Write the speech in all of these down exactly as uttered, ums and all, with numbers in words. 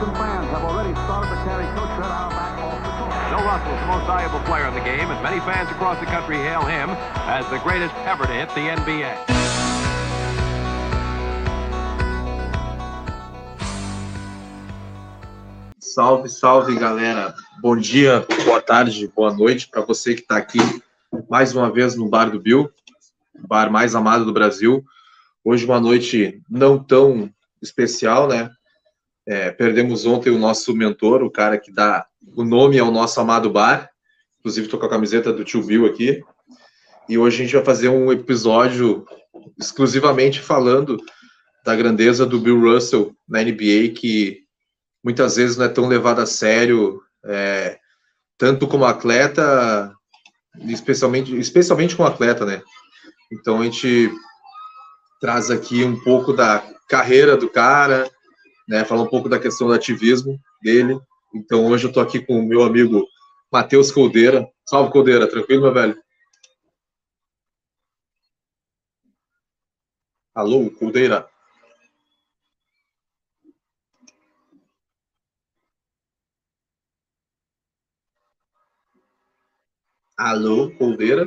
Boston fans have already started to carry Coach Red Auerbach off the court. Bill Russell is the most valuable player in the game, and many fans across the country hail him as the greatest ever to hit the N B A. Salve, salve, galera. Bom dia, boa tarde, boa noite para você que está aqui mais uma vez no Bar do Bill, o bar mais amado do Brasil. Hoje uma noite não tão especial, né? É, perdemos ontem o nosso mentor, o cara que dá o nome ao nosso amado bar. Inclusive, estou com a camiseta do tio Bill aqui. E hoje a gente vai fazer um episódio exclusivamente falando da grandeza do Bill Russell na N B A, que muitas vezes não é tão levado a sério, é, tanto como atleta, especialmente, especialmente como atleta, né? Então a gente traz aqui um pouco da carreira do cara, né? Falar um pouco da questão do ativismo dele. Então hoje eu estou aqui com o meu amigo Matheus Coldeira. Salve, Coldeira, tranquilo, meu velho? Alô, Coldeira. Alô, Coldeira.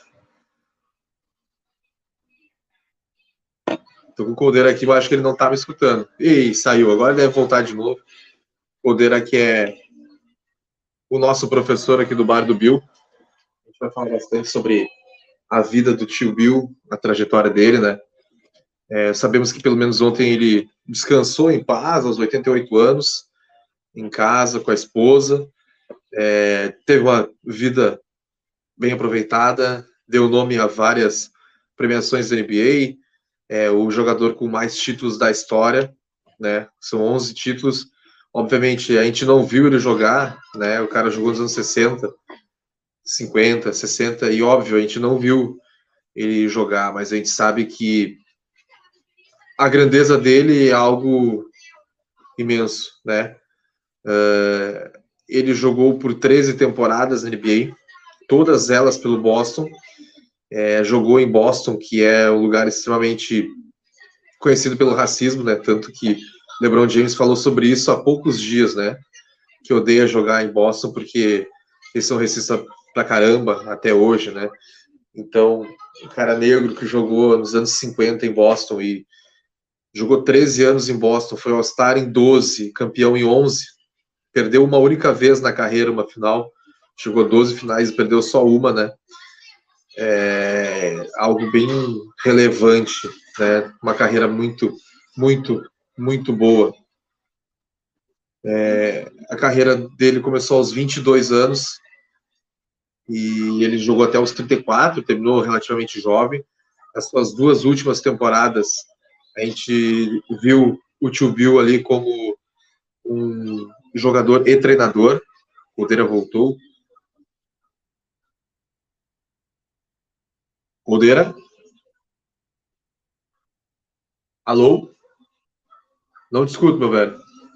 Tô com o Coldeira aqui, eu acho que ele não tá me escutando. Ih, saiu, agora ele deve voltar de novo. Coldeira aqui é o nosso professor aqui do Bar do Bill. A gente vai falar bastante sobre a vida do tio Bill, a trajetória dele, né? É, sabemos que pelo menos ontem ele descansou em paz, aos oitenta e oito anos, em casa, com a esposa. É, teve uma vida bem aproveitada, deu nome a várias premiações da N B A, é o jogador com mais títulos da história, né? São onze títulos. Obviamente, a gente não viu ele jogar, né? O cara jogou nos anos sessenta, cinquenta, sessenta, e óbvio, a gente não viu ele jogar, mas a gente sabe que a grandeza dele é algo imenso, né? Uh, ele jogou por treze temporadas na N B A, todas elas pelo Boston. É, jogou em Boston, que é um lugar extremamente conhecido pelo racismo, né? Tanto que LeBron James falou sobre isso há poucos dias, né? Que odeia jogar em Boston porque eles são racistas pra caramba até hoje, né? Então, um cara negro que jogou nos anos cinquenta em Boston e jogou treze anos em Boston, foi All-Star em doze, campeão em onze, perdeu uma única vez na carreira uma final, jogou doze finais e perdeu só uma, né? É algo bem relevante, né? Uma carreira muito, muito, muito boa. É, a carreira dele começou aos vinte e dois anos e ele jogou até os trinta e quatro, terminou relativamente jovem. As suas duas últimas temporadas, a gente viu o tio Bill ali como um jogador e treinador. O Coldeira voltou. Coldeira? Alô? Não te escuto, meu velho.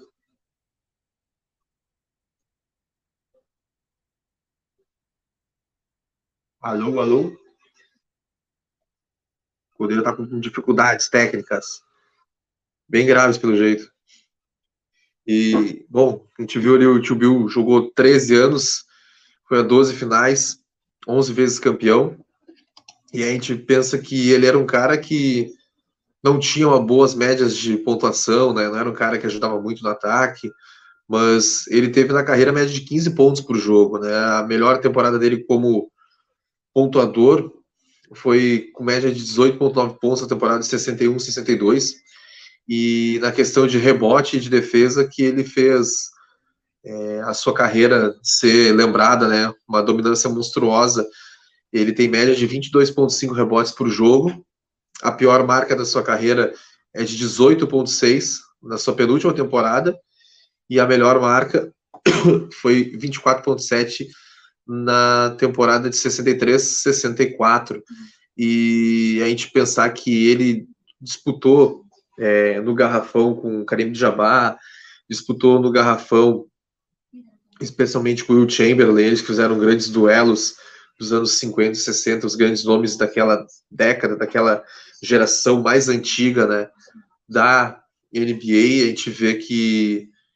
Alô, alô? O Coldeira tá com dificuldades técnicas bem graves, pelo jeito. E, bom, a gente viu ali o tio Bill jogou treze anos, foi a doze finais, onze vezes campeão. E a gente pensa que ele era um cara que não tinha uma boas médias de pontuação, né? Não era um cara que ajudava muito no ataque, mas ele teve na carreira média de quinze pontos por jogo, né? A melhor temporada dele como pontuador foi com média de dezoito vírgula nove pontos na temporada de sessenta e um, sessenta e dois. E na questão de rebote e de defesa, que ele fez é, a sua carreira ser lembrada, né? Uma dominância monstruosa. Ele tem média de vinte e dois vírgula cinco rebotes por jogo. A pior marca da sua carreira é de dezoito vírgula seis na sua penúltima temporada. E a melhor marca foi vinte e quatro vírgula sete na temporada de sessenta e três, sessenta e quatro. E a gente pensar que ele disputou é, no garrafão com o Kareem Abdul-Jabbar, disputou no garrafão especialmente com o Will Chamberlain, eles fizeram grandes duelos dos anos cinquenta e sessenta, os grandes nomes daquela década, daquela geração mais antiga, né, da N B A. A gente vê que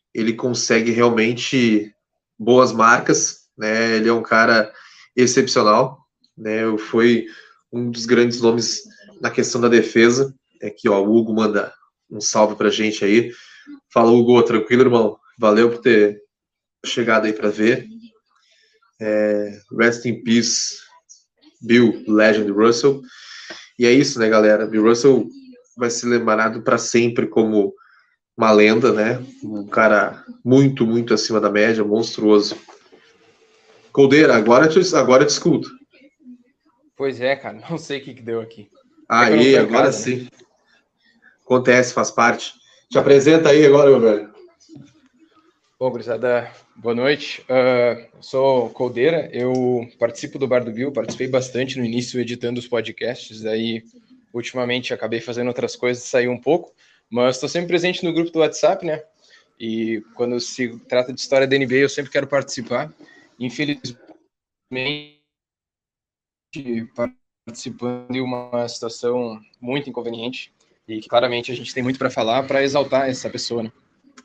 ele consegue realmente boas marcas, né? Ele é um cara excepcional, né? Foi um dos grandes nomes na questão da defesa. Aqui, ó, o Hugo manda um salve pra gente aí. Fala, Hugo, tranquilo, irmão? Valeu por ter chegado aí para ver. É, rest in peace, Bill Legend Russell. E é isso, né, galera? Bill Russell vai ser lembrado para sempre como uma lenda, né? Um cara muito, muito acima da média, monstruoso. Coldeira, agora eu te, agora eu te escuto. Pois é, cara, não sei o que, que deu aqui. Aí, é agora casa, sim. Né? Acontece, faz parte. Te apresenta aí agora, meu velho. Bom, gurizada, boa noite. Uh, eu sou Coldeira, eu participo do Bar do Bill, participei bastante no início editando os podcasts, daí ultimamente acabei fazendo outras coisas, saí um pouco, mas estou sempre presente no grupo do WhatsApp, né? E quando se trata de história da N B A, eu sempre quero participar. Infelizmente, participando de uma situação muito inconveniente e que claramente a gente tem muito para falar para exaltar essa pessoa, né?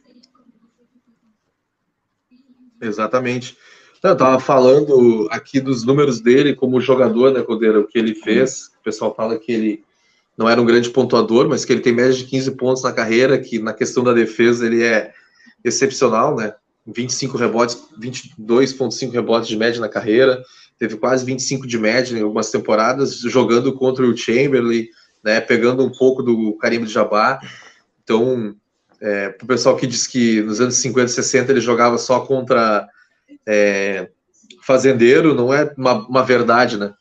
Exatamente. Não, eu tava falando aqui dos números dele como jogador, né, Coldeira, o que ele fez. O pessoal fala que ele não era um grande pontuador, mas que ele tem média de quinze pontos na carreira, que na questão da defesa ele é excepcional, né? vinte e cinco rebotes, vinte e dois vírgula cinco rebotes de média na carreira, teve quase vinte e cinco de média em algumas temporadas, jogando contra o Chamberlain, né, pegando um pouco do Kareem Abdul-Jabbar. Então, é, para o pessoal que diz que nos anos cinquenta e sessenta ele jogava só contra é, fazendeiro, não é uma, uma verdade, né?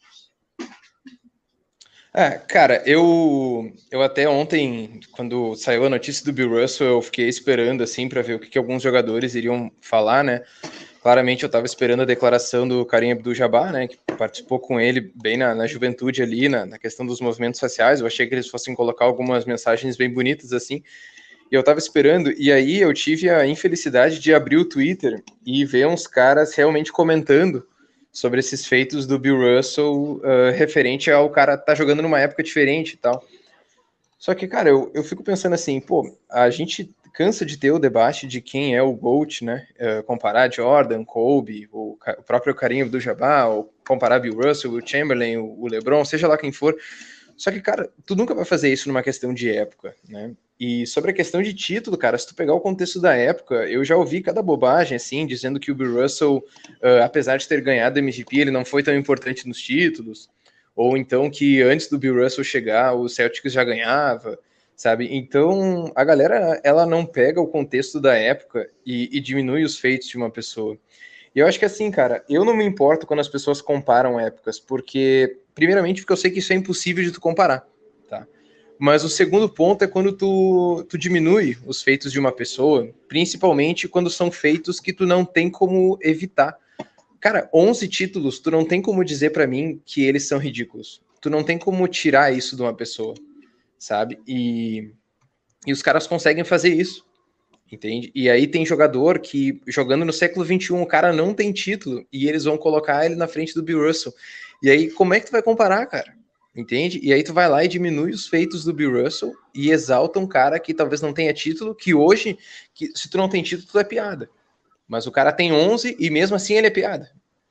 É, cara, eu, eu até ontem, quando saiu a notícia do Bill Russell, eu fiquei esperando, assim, para ver o que, que alguns jogadores iriam falar, né? Claramente eu estava esperando a declaração do Kareem Abdul-Jabbar, né? Que participou com ele bem na, na juventude ali, na, na questão dos movimentos sociais. Eu achei que eles fossem colocar algumas mensagens bem bonitas, assim. E eu estava esperando, e aí eu tive a infelicidade de abrir o Twitter e ver uns caras realmente comentando sobre esses feitos do Bill Russell uh, referente ao cara tá jogando numa época diferente e tal. Só que, cara, eu, eu fico pensando assim, pô, a gente cansa de ter o debate de quem é o GOAT, né? Uh, comparar Jordan, Kobe, o, o próprio Kareem Abdul-Jabbar, ou comparar Bill Russell, o Chamberlain, o, o LeBron, seja lá quem for. Só que, cara, tu nunca vai fazer isso numa questão de época, né? E sobre a questão de título, cara, se tu pegar o contexto da época, eu já ouvi cada bobagem, assim, dizendo que o Bill Russell, uh, apesar de ter ganhado M V P, ele não foi tão importante nos títulos, ou então que antes do Bill Russell chegar, o Celtics já ganhava, sabe? Então, a galera, ela não pega o contexto da época e, e diminui os feitos de uma pessoa. E eu acho que assim, cara, eu não me importo quando as pessoas comparam épocas, porque, primeiramente, porque eu sei que isso é impossível de tu comparar, tá? Mas o segundo ponto é quando tu, tu diminui os feitos de uma pessoa, principalmente quando são feitos que tu não tem como evitar. Cara, onze títulos, tu não tem como dizer pra mim que eles são ridículos. Tu não tem como tirar isso de uma pessoa, sabe? E, e os caras conseguem fazer isso. Entende? E aí tem jogador que, jogando no século vinte e um, o cara não tem título e eles vão colocar ele na frente do Bill Russell. E aí, como é que tu vai comparar, cara? Entende? E aí tu vai lá e diminui os feitos do Bill Russell e exalta um cara que talvez não tenha título, que hoje, que, se tu não tem título, tu é piada. Mas o cara tem onze e mesmo assim ele é piada.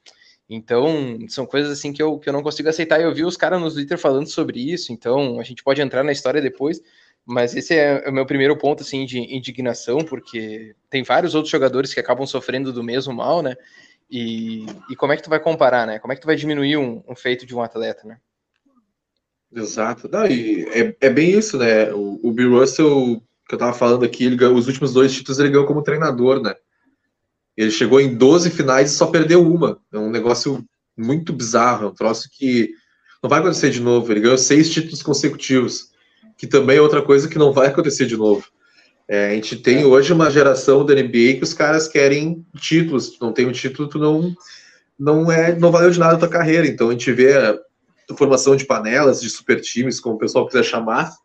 Então, são coisas assim que eu, que eu não consigo aceitar. Eu vi os caras no Twitter falando sobre isso, então a gente pode entrar na história depois. Mas esse é o meu primeiro ponto, assim, de indignação, porque tem vários outros jogadores que acabam sofrendo do mesmo mal, né? E, e como é que tu vai comparar, né? Como é que tu vai diminuir um, um feito de um atleta, né? Exato. Não, e é, é bem isso, né? O, o Bill Russell, que eu tava falando aqui, ele ganhou, os últimos dois títulos ele ganhou como treinador, né? Ele chegou em doze finais e só perdeu uma. É um negócio muito bizarro, é um troço que não vai acontecer de novo. Ele ganhou seis títulos consecutivos, que também é outra coisa que não vai acontecer de novo. É, a gente tem hoje uma geração da N B A que os caras querem títulos. Tu não tem um título, tu não, não, é, não valeu de nada a tua carreira. Então a gente vê a, a formação de panelas, de super times, como o pessoal quiser chamar,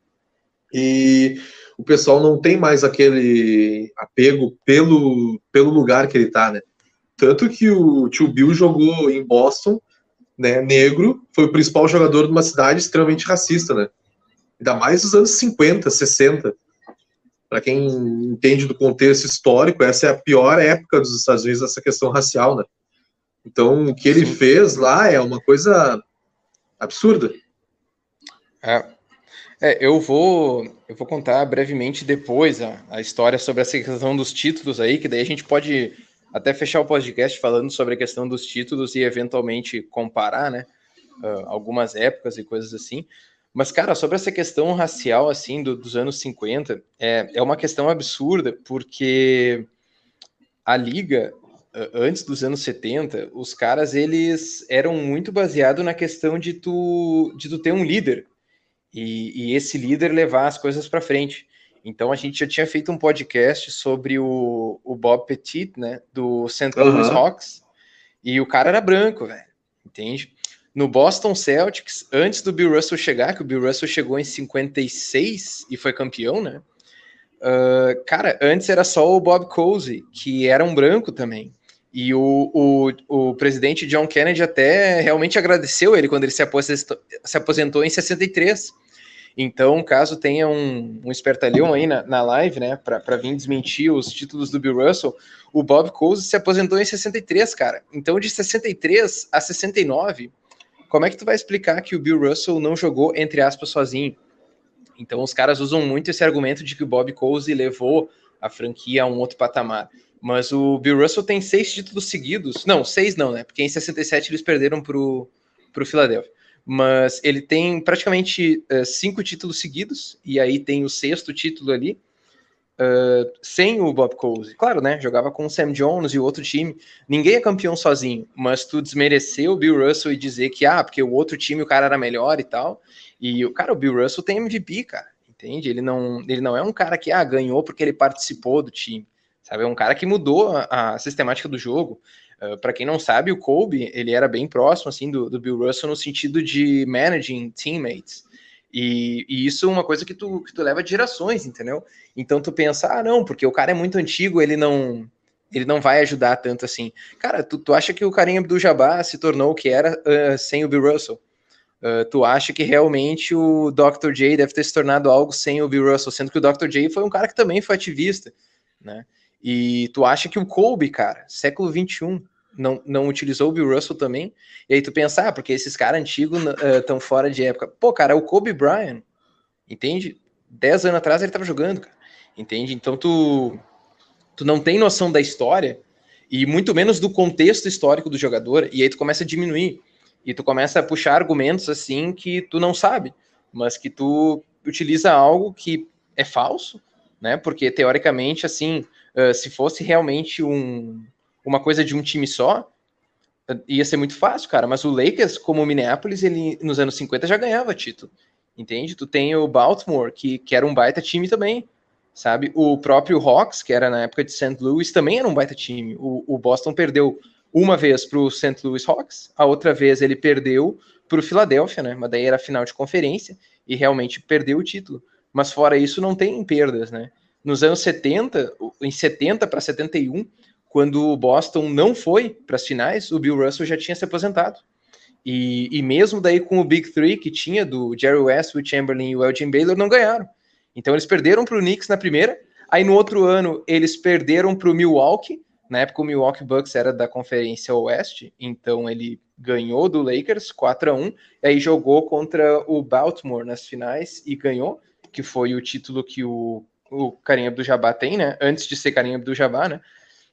e o pessoal não tem mais aquele apego pelo, pelo lugar que ele tá, né? Tanto que o tio Bill jogou em Boston, né, negro, foi o principal jogador de uma cidade extremamente racista, né? Ainda mais nos anos cinquenta, sessenta. para quem entende do contexto histórico, essa é a pior época dos Estados Unidos, essa questão racial, né? Então, o que ele Sim. fez lá é uma coisa absurda. É, é, eu vou eu vou contar brevemente depois a, a história sobre essa questão dos títulos aí, que daí a gente pode até fechar o podcast falando sobre a questão dos títulos e eventualmente comparar, né, uh, algumas épocas e coisas assim. Mas, cara, sobre essa questão racial, assim, do, dos anos cinquenta, é, é uma questão absurda, porque a Liga, antes dos anos setenta, os caras, eles eram muito baseados na questão de tu, de tu ter um líder, e, e esse líder levar as coisas para frente. Então, a gente já tinha feito um podcast sobre o, o Bob Pettit, né, do Saint Louis uhum. Hawks, e o cara era branco, velho, entende? No Boston Celtics, antes do Bill Russell chegar, que o Bill Russell chegou em cinquenta e seis e foi campeão, né? Uh, cara, antes era só o Bob Cousy, que era um branco também. E o, o, o presidente John Kennedy até realmente agradeceu ele quando ele se aposentou, se aposentou em sessenta e três. Então, caso tenha um, um espertalhão aí na, na live, né, para vir desmentir os títulos do Bill Russell, o Bob Cousy se aposentou em sessenta e três, cara. Então, de sessenta e três a sessenta e nove... como é que tu vai explicar que o Bill Russell não jogou, entre aspas, sozinho? Então, os caras usam muito esse argumento de que o Bob Cousy levou a franquia a um outro patamar. Mas o Bill Russell tem seis títulos seguidos. Não, seis não, né? Porque em sessenta e sete eles perderam pro, pro Philadelphia. Mas ele tem praticamente uh, cinco títulos seguidos, e aí tem o sexto título ali, Uh, sem o Bob Cousy. Claro, né? Jogava com o Sam Jones e o outro time. Ninguém é campeão sozinho, mas tu desmerecer o Bill Russell e dizer que, ah, porque o outro time o cara era melhor e tal. E o cara, o Bill Russell tem M V P, cara, entende? Ele não, ele não é um cara que, ah, ganhou porque ele participou do time, sabe? É um cara que mudou a, a sistemática do jogo. Uh, para quem não sabe, o Kobe, ele era bem próximo, assim, do, do Bill Russell no sentido de managing teammates. E, e isso é uma coisa que tu, que tu leva de gerações, entendeu? Então tu pensa, ah, não, porque o cara é muito antigo, ele não ele não vai ajudar tanto assim. Cara, tu, tu acha que o Kareem Abdul-Jabbar se tornou o que era uh, sem o Bill Russell? Uh, tu acha que realmente o doutor J deve ter se tornado algo sem o Bill Russell, sendo que o doutor J foi um cara que também foi ativista, né? E tu acha que o Kobe, cara, século vinte e um, não, não utilizou o Bill Russell também? E aí tu pensa, ah, porque esses caras antigos estão uh, fora de época. Pô, cara, o Kobe Bryant, entende? Dez anos atrás ele tava jogando, cara, entende? Então tu, tu não tem noção da história e muito menos do contexto histórico do jogador, e aí tu começa a diminuir, e tu começa a puxar argumentos assim que tu não sabe, mas que tu utiliza algo que é falso, né? Porque teoricamente, assim, uh, se fosse realmente um... uma coisa de um time só, ia ser muito fácil, cara, mas o Lakers, como o Minneapolis, ele nos anos cinquenta já ganhava título, entende? Tu tem o Baltimore, que, que era um baita time também, sabe? O próprio Hawks, que era na época de Saint Louis, também era um baita time. O, o Boston perdeu uma vez pro Saint Louis Hawks, a outra vez ele perdeu pro Philadelphia, né? Mas daí era final de conferência, e realmente perdeu o título. Mas fora isso, não tem perdas, né? Nos anos setenta, em setenta para setenta e um, quando o Boston não foi para as finais, o Bill Russell já tinha se aposentado. E, e mesmo daí com o Big Three que tinha do Jerry West, o Chamberlain e o Elgin Baylor, não ganharam. Então eles perderam para o Knicks na primeira, aí no outro ano eles perderam para o Milwaukee, na época o Milwaukee Bucks era da Conferência Oeste, então ele ganhou do Lakers quatro a um, e aí jogou contra o Baltimore nas finais e ganhou, que foi o título que o, o Kareem Abdul-Jabbar tem, né? Antes de ser Kareem Abdul-Jabbar, né?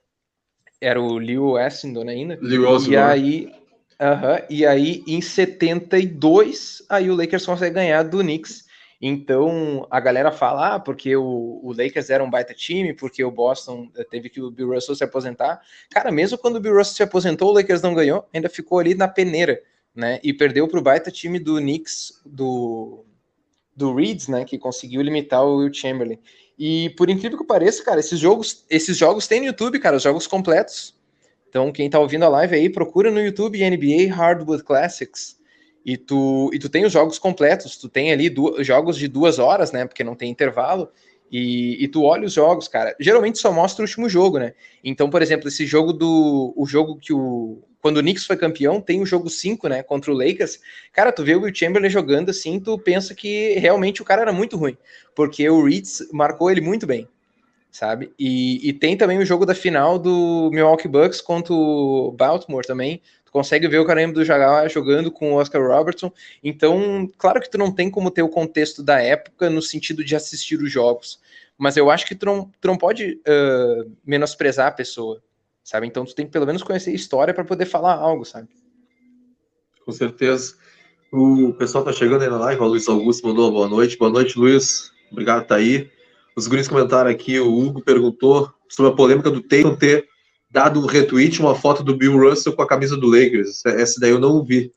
Era o Leo Essendon ainda. Leo Osborne. E aí, uh-huh, e aí, em setenta e dois, aí o Lakers consegue ganhar do Knicks. Então, a galera fala, ah, porque o, o Lakers era um baita time, porque o Boston teve que o Bill Russell se aposentar. Cara, mesmo quando o Bill Russell se aposentou, o Lakers não ganhou, ainda ficou ali na peneira, né? E perdeu para o baita time do Knicks, do, do Reeds, né? Que conseguiu limitar o Will Chamberlain. E por incrível que pareça, cara, esses jogos, esses jogos tem no YouTube, cara, os jogos completos. Então, quem tá ouvindo a live aí, procura no YouTube N B A Hardwood Classics. E tu, e tu tem os jogos completos, tu tem ali du- jogos de duas horas, né? Porque não tem intervalo. E, e tu olha os jogos, cara. Geralmente só mostra o último jogo, né? Então, por exemplo, esse jogo do. O jogo que o. quando o Knicks foi campeão, tem o jogo cinco, né, contra o Lakers. Cara, tu vê o Will Chamberlain jogando assim, tu pensa que realmente o cara era muito ruim, porque o Reeds marcou ele muito bem, sabe? E, e tem também o jogo da final do Milwaukee Bucks contra o Baltimore também. Tu consegue ver o Kareem Abdul-Jabbar jogando com o Oscar Robertson. Então, claro que tu não tem como ter o contexto da época no sentido de assistir os jogos, mas eu acho que tu não, tu não pode uh, menosprezar a pessoa, sabe? Então tu tem que pelo menos conhecer a história para poder falar algo, sabe? Com certeza. O pessoal tá chegando aí na live, o Luiz Augusto mandou uma boa noite. Boa noite, Luiz. Obrigado por tá aí. Os guris comentaram aqui, o Hugo perguntou sobre a polêmica do Tatum ter dado um retweet, uma foto do Bill Russell com a camisa do Lakers. Essa daí eu não vi.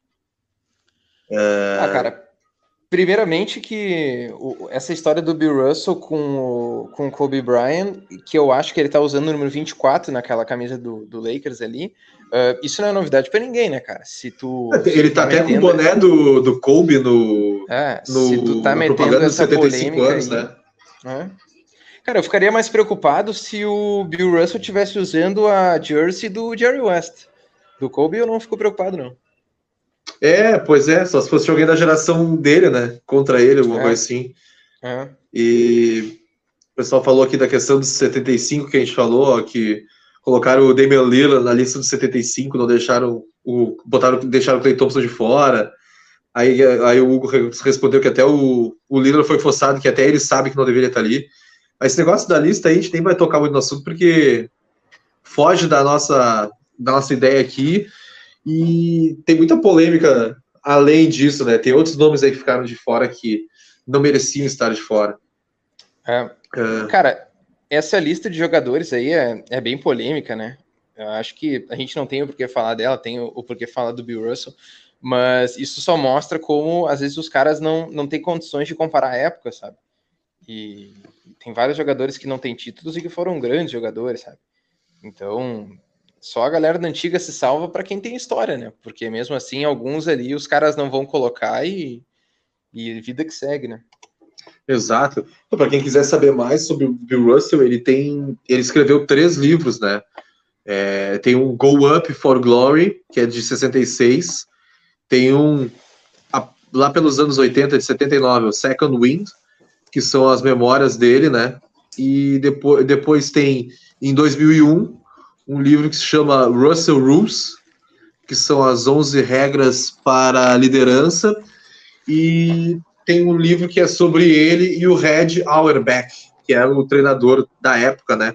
É... Ah, cara, primeiramente que o, essa história do Bill Russell com o, com o Kobe Bryant, que eu acho que ele tá usando o número vinte e quatro naquela camisa do, do Lakers ali, uh, isso não é novidade pra ninguém, né, cara? Se tu... Ele se tá, tá até metendo... com o boné do, do Kobe no, é, no, se tu tá na metendo propaganda dos essa setenta e cinco polêmica anos, aí, né? É. Cara, eu ficaria mais preocupado se o Bill Russell estivesse usando a jersey do Jerry West. Do Kobe eu não fico preocupado, não. É, pois é, só se fosse alguém da geração dele, né? Contra ele, alguma É. coisa assim. É. E o pessoal falou aqui da questão dos setenta e cinco que a gente falou, ó, que colocaram o Damian Lillard na lista dos setenta e cinco, não deixaram o. botaram, deixaram o Klay Thompson de fora. Aí, aí o Hugo respondeu que até o, o Lillard foi forçado, que até ele sabe que não deveria estar ali. Mas esse negócio da lista aí, a gente nem vai tocar muito no assunto, porque foge da nossa, da nossa ideia aqui. E tem muita polêmica além disso, né? Tem outros nomes aí que ficaram de fora que não mereciam estar de fora. É. É. Cara, essa lista de jogadores aí é, é bem polêmica, né? Eu acho que a gente não tem o porquê falar dela, tem o, o porquê falar do Bill Russell, mas isso só mostra como, às vezes, os caras não, não têm condições de comparar a época, sabe? E tem vários jogadores que não têm títulos e que foram grandes jogadores, sabe? Então... só a galera da antiga se salva para quem tem história, né? Porque mesmo assim, alguns ali os caras não vão colocar e, e vida que segue, né? Exato. Então, para quem quiser saber mais sobre o Bill Russell, ele tem, ele escreveu três livros, né? É, tem um Go Up for Glory, que é de sessenta e seis. Tem um, a, lá pelos anos oitenta, de setenta e nove, o Second Wind, que são as memórias dele, né? E depois, depois tem, em dois mil e um, um livro que se chama Russell Rules, que são as onze regras para a liderança, e tem um livro que é sobre ele e o Red Auerbach, que é o treinador da época, né,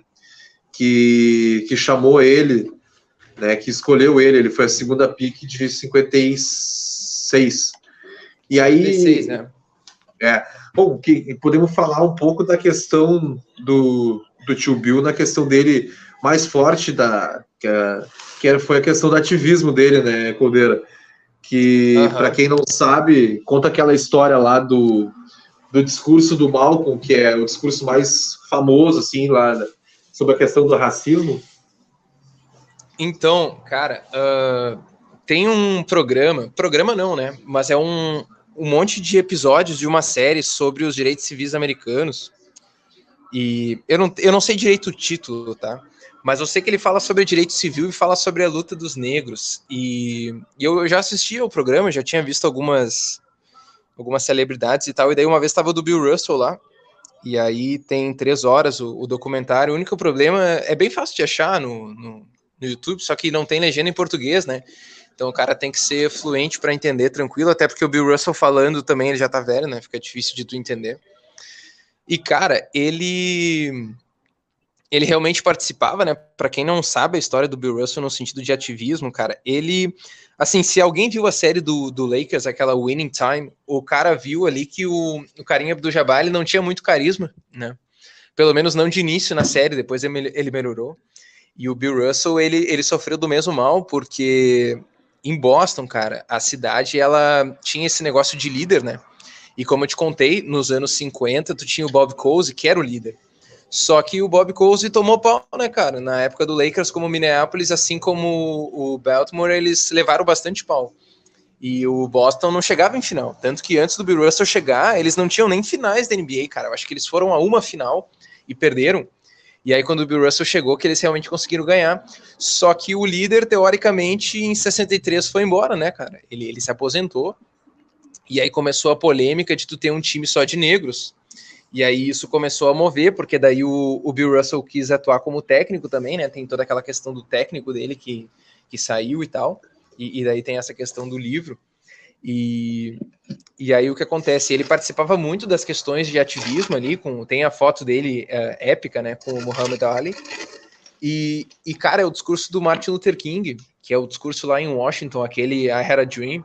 que, que chamou ele, né, que escolheu ele, ele foi a segunda pick de cinquenta e seis. E aí... cinquenta e seis, né? É, bom, que, podemos falar um pouco da questão do, do tio Bill, na questão dele... mais forte da que, que foi a questão do ativismo dele, né, Coldeira? Que, uhum. Para quem não sabe, conta aquela história lá do, do discurso do Malcolm, que é o discurso mais famoso, assim, lá, né, sobre a questão do racismo. Então, cara, uh, tem um programa, programa não, né, mas é um, um monte de episódios de uma série sobre os direitos civis americanos, e eu não, eu não sei direito o título, tá? Mas eu sei que ele fala sobre direito civil e fala sobre a luta dos negros. E, e eu já assisti ao programa, já tinha visto algumas, algumas celebridades e tal. E daí uma vez estava o do Bill Russell lá. E aí tem três horas o, o documentário. O único problema é, é bem fácil de achar no, no, no YouTube, só que não tem legenda em português, né? Então o cara tem que ser fluente para entender tranquilo, até porque o Bill Russell falando também, ele já tá velho, né? Fica difícil de tu entender. E, cara, ele... ele realmente participava, né? Para quem não sabe a história do Bill Russell no sentido de ativismo, cara, ele, assim, se alguém viu a série do, do Lakers, aquela Winning Time, o cara viu ali que o, o Kareem Abdul-Jabbar, ele não tinha muito carisma, né? Pelo menos não de início na série, depois ele, ele melhorou. E o Bill Russell, ele, ele sofreu do mesmo mal, porque em Boston, cara, a cidade, ela tinha esse negócio de líder, né? E como eu te contei, nos anos cinquenta, tu tinha o Bob Cousy, que era o líder. Só que o Bob Cousy tomou pau, né, cara? Na época do Lakers, como o Minneapolis, assim como o Baltimore, eles levaram bastante pau. E o Boston não chegava em final. Tanto que antes do Bill Russell chegar, eles não tinham nem finais da N B A, cara. Eu acho que eles foram a uma final e perderam. E aí, quando o Bill Russell chegou, que eles realmente conseguiram ganhar. Só que o líder, teoricamente, em sessenta e três foi embora, né, cara? Ele, ele se aposentou. E aí começou a polêmica de tu ter um time só de negros. E aí isso começou a mover, porque daí o, o Bill Russell quis atuar como técnico também, né? Tem toda aquela questão do técnico dele que, que saiu e tal. E, e daí tem essa questão do livro. E, e aí o que acontece? Ele participava muito das questões de ativismo ali, com, tem a foto dele é, épica, né, com o Muhammad Ali, e, e cara, é o discurso do Martin Luther King, que é o discurso lá em Washington, aquele I Had a Dream,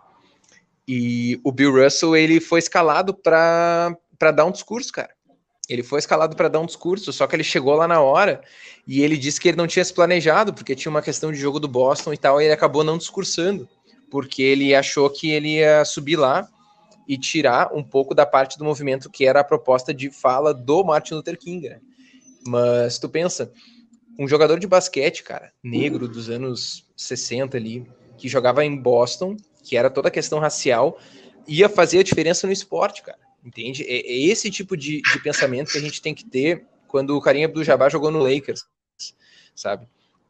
e o Bill Russell, ele foi escalado para para dar um discurso, cara. Ele foi escalado para dar um discurso, só que ele chegou lá na hora e ele disse que ele não tinha se planejado, porque tinha uma questão de jogo do Boston e tal, e ele acabou não discursando, porque ele achou que ele ia subir lá e tirar um pouco da parte do movimento que era a proposta de fala do Martin Luther King, né? Mas tu pensa, um jogador de basquete, cara, negro dos anos sessenta ali, que jogava em Boston, que era toda a questão racial, ia fazer a diferença no esporte, cara, entende? É, é esse tipo de, de pensamento que a gente tem que ter quando o Kareem Abdul-Jabbar jogou no Lakers, sabe?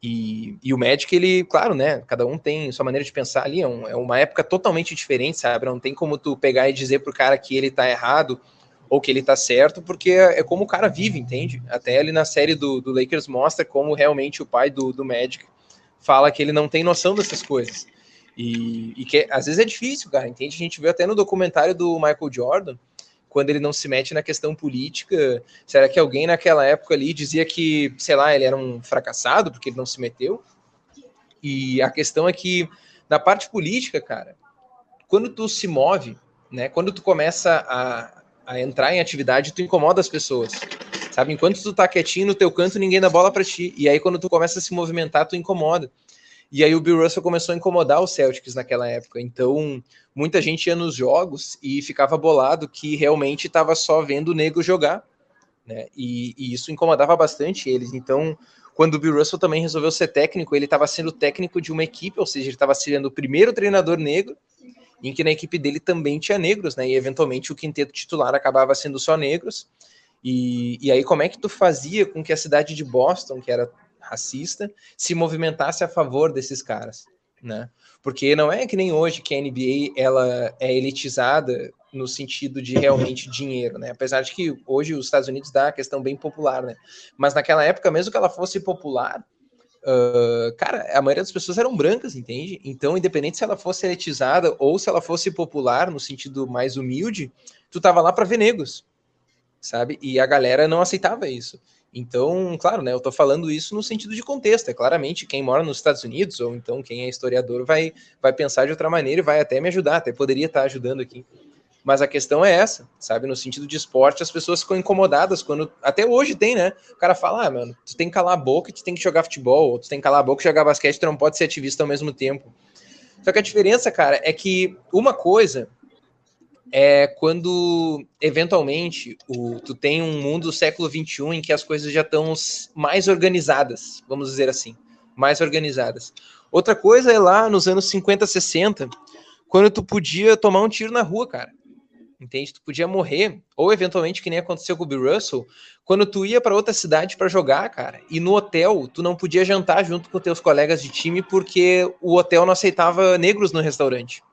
E, e o Magic, ele, claro, né, cada um tem sua maneira de pensar ali, é, um, é uma época totalmente diferente, sabe, não tem como tu pegar e dizer pro cara que ele tá errado ou que ele tá certo, porque é, é como o cara vive, entende? Até ali na série do, do Lakers mostra como realmente o pai do, do Magic fala que ele não tem noção dessas coisas, e, e que às vezes é difícil, cara, entende? A gente viu até no documentário do Michael Jordan, quando ele não se mete na questão política, será que alguém naquela época ali dizia que, sei lá, ele era um fracassado porque ele não se meteu? E a questão é que, na parte política, cara, quando tu se move, né, quando tu começa a, a entrar em atividade, tu incomoda as pessoas, sabe? Enquanto tu tá quietinho no teu canto, ninguém dá bola pra ti. E aí, quando tu começa a se movimentar, tu incomoda. E aí o Bill Russell começou a incomodar os Celtics naquela época. Então, muita gente ia nos jogos e ficava bolado que realmente estava só vendo o nego jogar, né? E, e isso incomodava bastante eles. Então, quando o Bill Russell também resolveu ser técnico, ele estava sendo técnico de uma equipe, ou seja, ele estava sendo o primeiro treinador negro, em que na equipe dele também tinha negros, né? E eventualmente o quinteto titular acabava sendo só negros. E, e aí como é que tu fazia com que a cidade de Boston, que era racista, se movimentasse a favor desses caras, né? Porque não é que nem hoje que a N B A ela é elitizada no sentido de realmente dinheiro, né? Apesar de que hoje os Estados Unidos dá a questão bem popular, né? Mas naquela época, mesmo que ela fosse popular, uh, cara, a maioria das pessoas eram brancas, entende? Então, independente se ela fosse elitizada ou se ela fosse popular no sentido mais humilde, tu tava lá para ver negros, sabe? E a galera não aceitava isso. Então, claro, né, eu tô falando isso no sentido de contexto, é claramente quem mora nos Estados Unidos, ou então quem é historiador vai, vai pensar de outra maneira e vai até me ajudar, até poderia estar ajudando aqui. Mas a questão é essa, sabe, no sentido de esporte, as pessoas ficam incomodadas quando, até hoje tem, né, o cara fala, ah, mano, tu tem que calar a boca e tu tem que jogar futebol, ou tu tem que calar a boca e jogar basquete, tu não pode ser ativista ao mesmo tempo. Só que a diferença, cara, é que uma coisa é quando, eventualmente, o, tu tem um mundo do século vinte e um em que as coisas já estão mais organizadas, vamos dizer assim, mais organizadas. Outra coisa é lá nos anos cinquenta, sessenta, quando tu podia tomar um tiro na rua, cara, entende? Tu podia morrer, ou eventualmente, que nem aconteceu com o Bill Russell, quando tu ia para outra cidade para jogar, cara, e no hotel tu não podia jantar junto com teus colegas de time porque o hotel não aceitava negros no restaurante.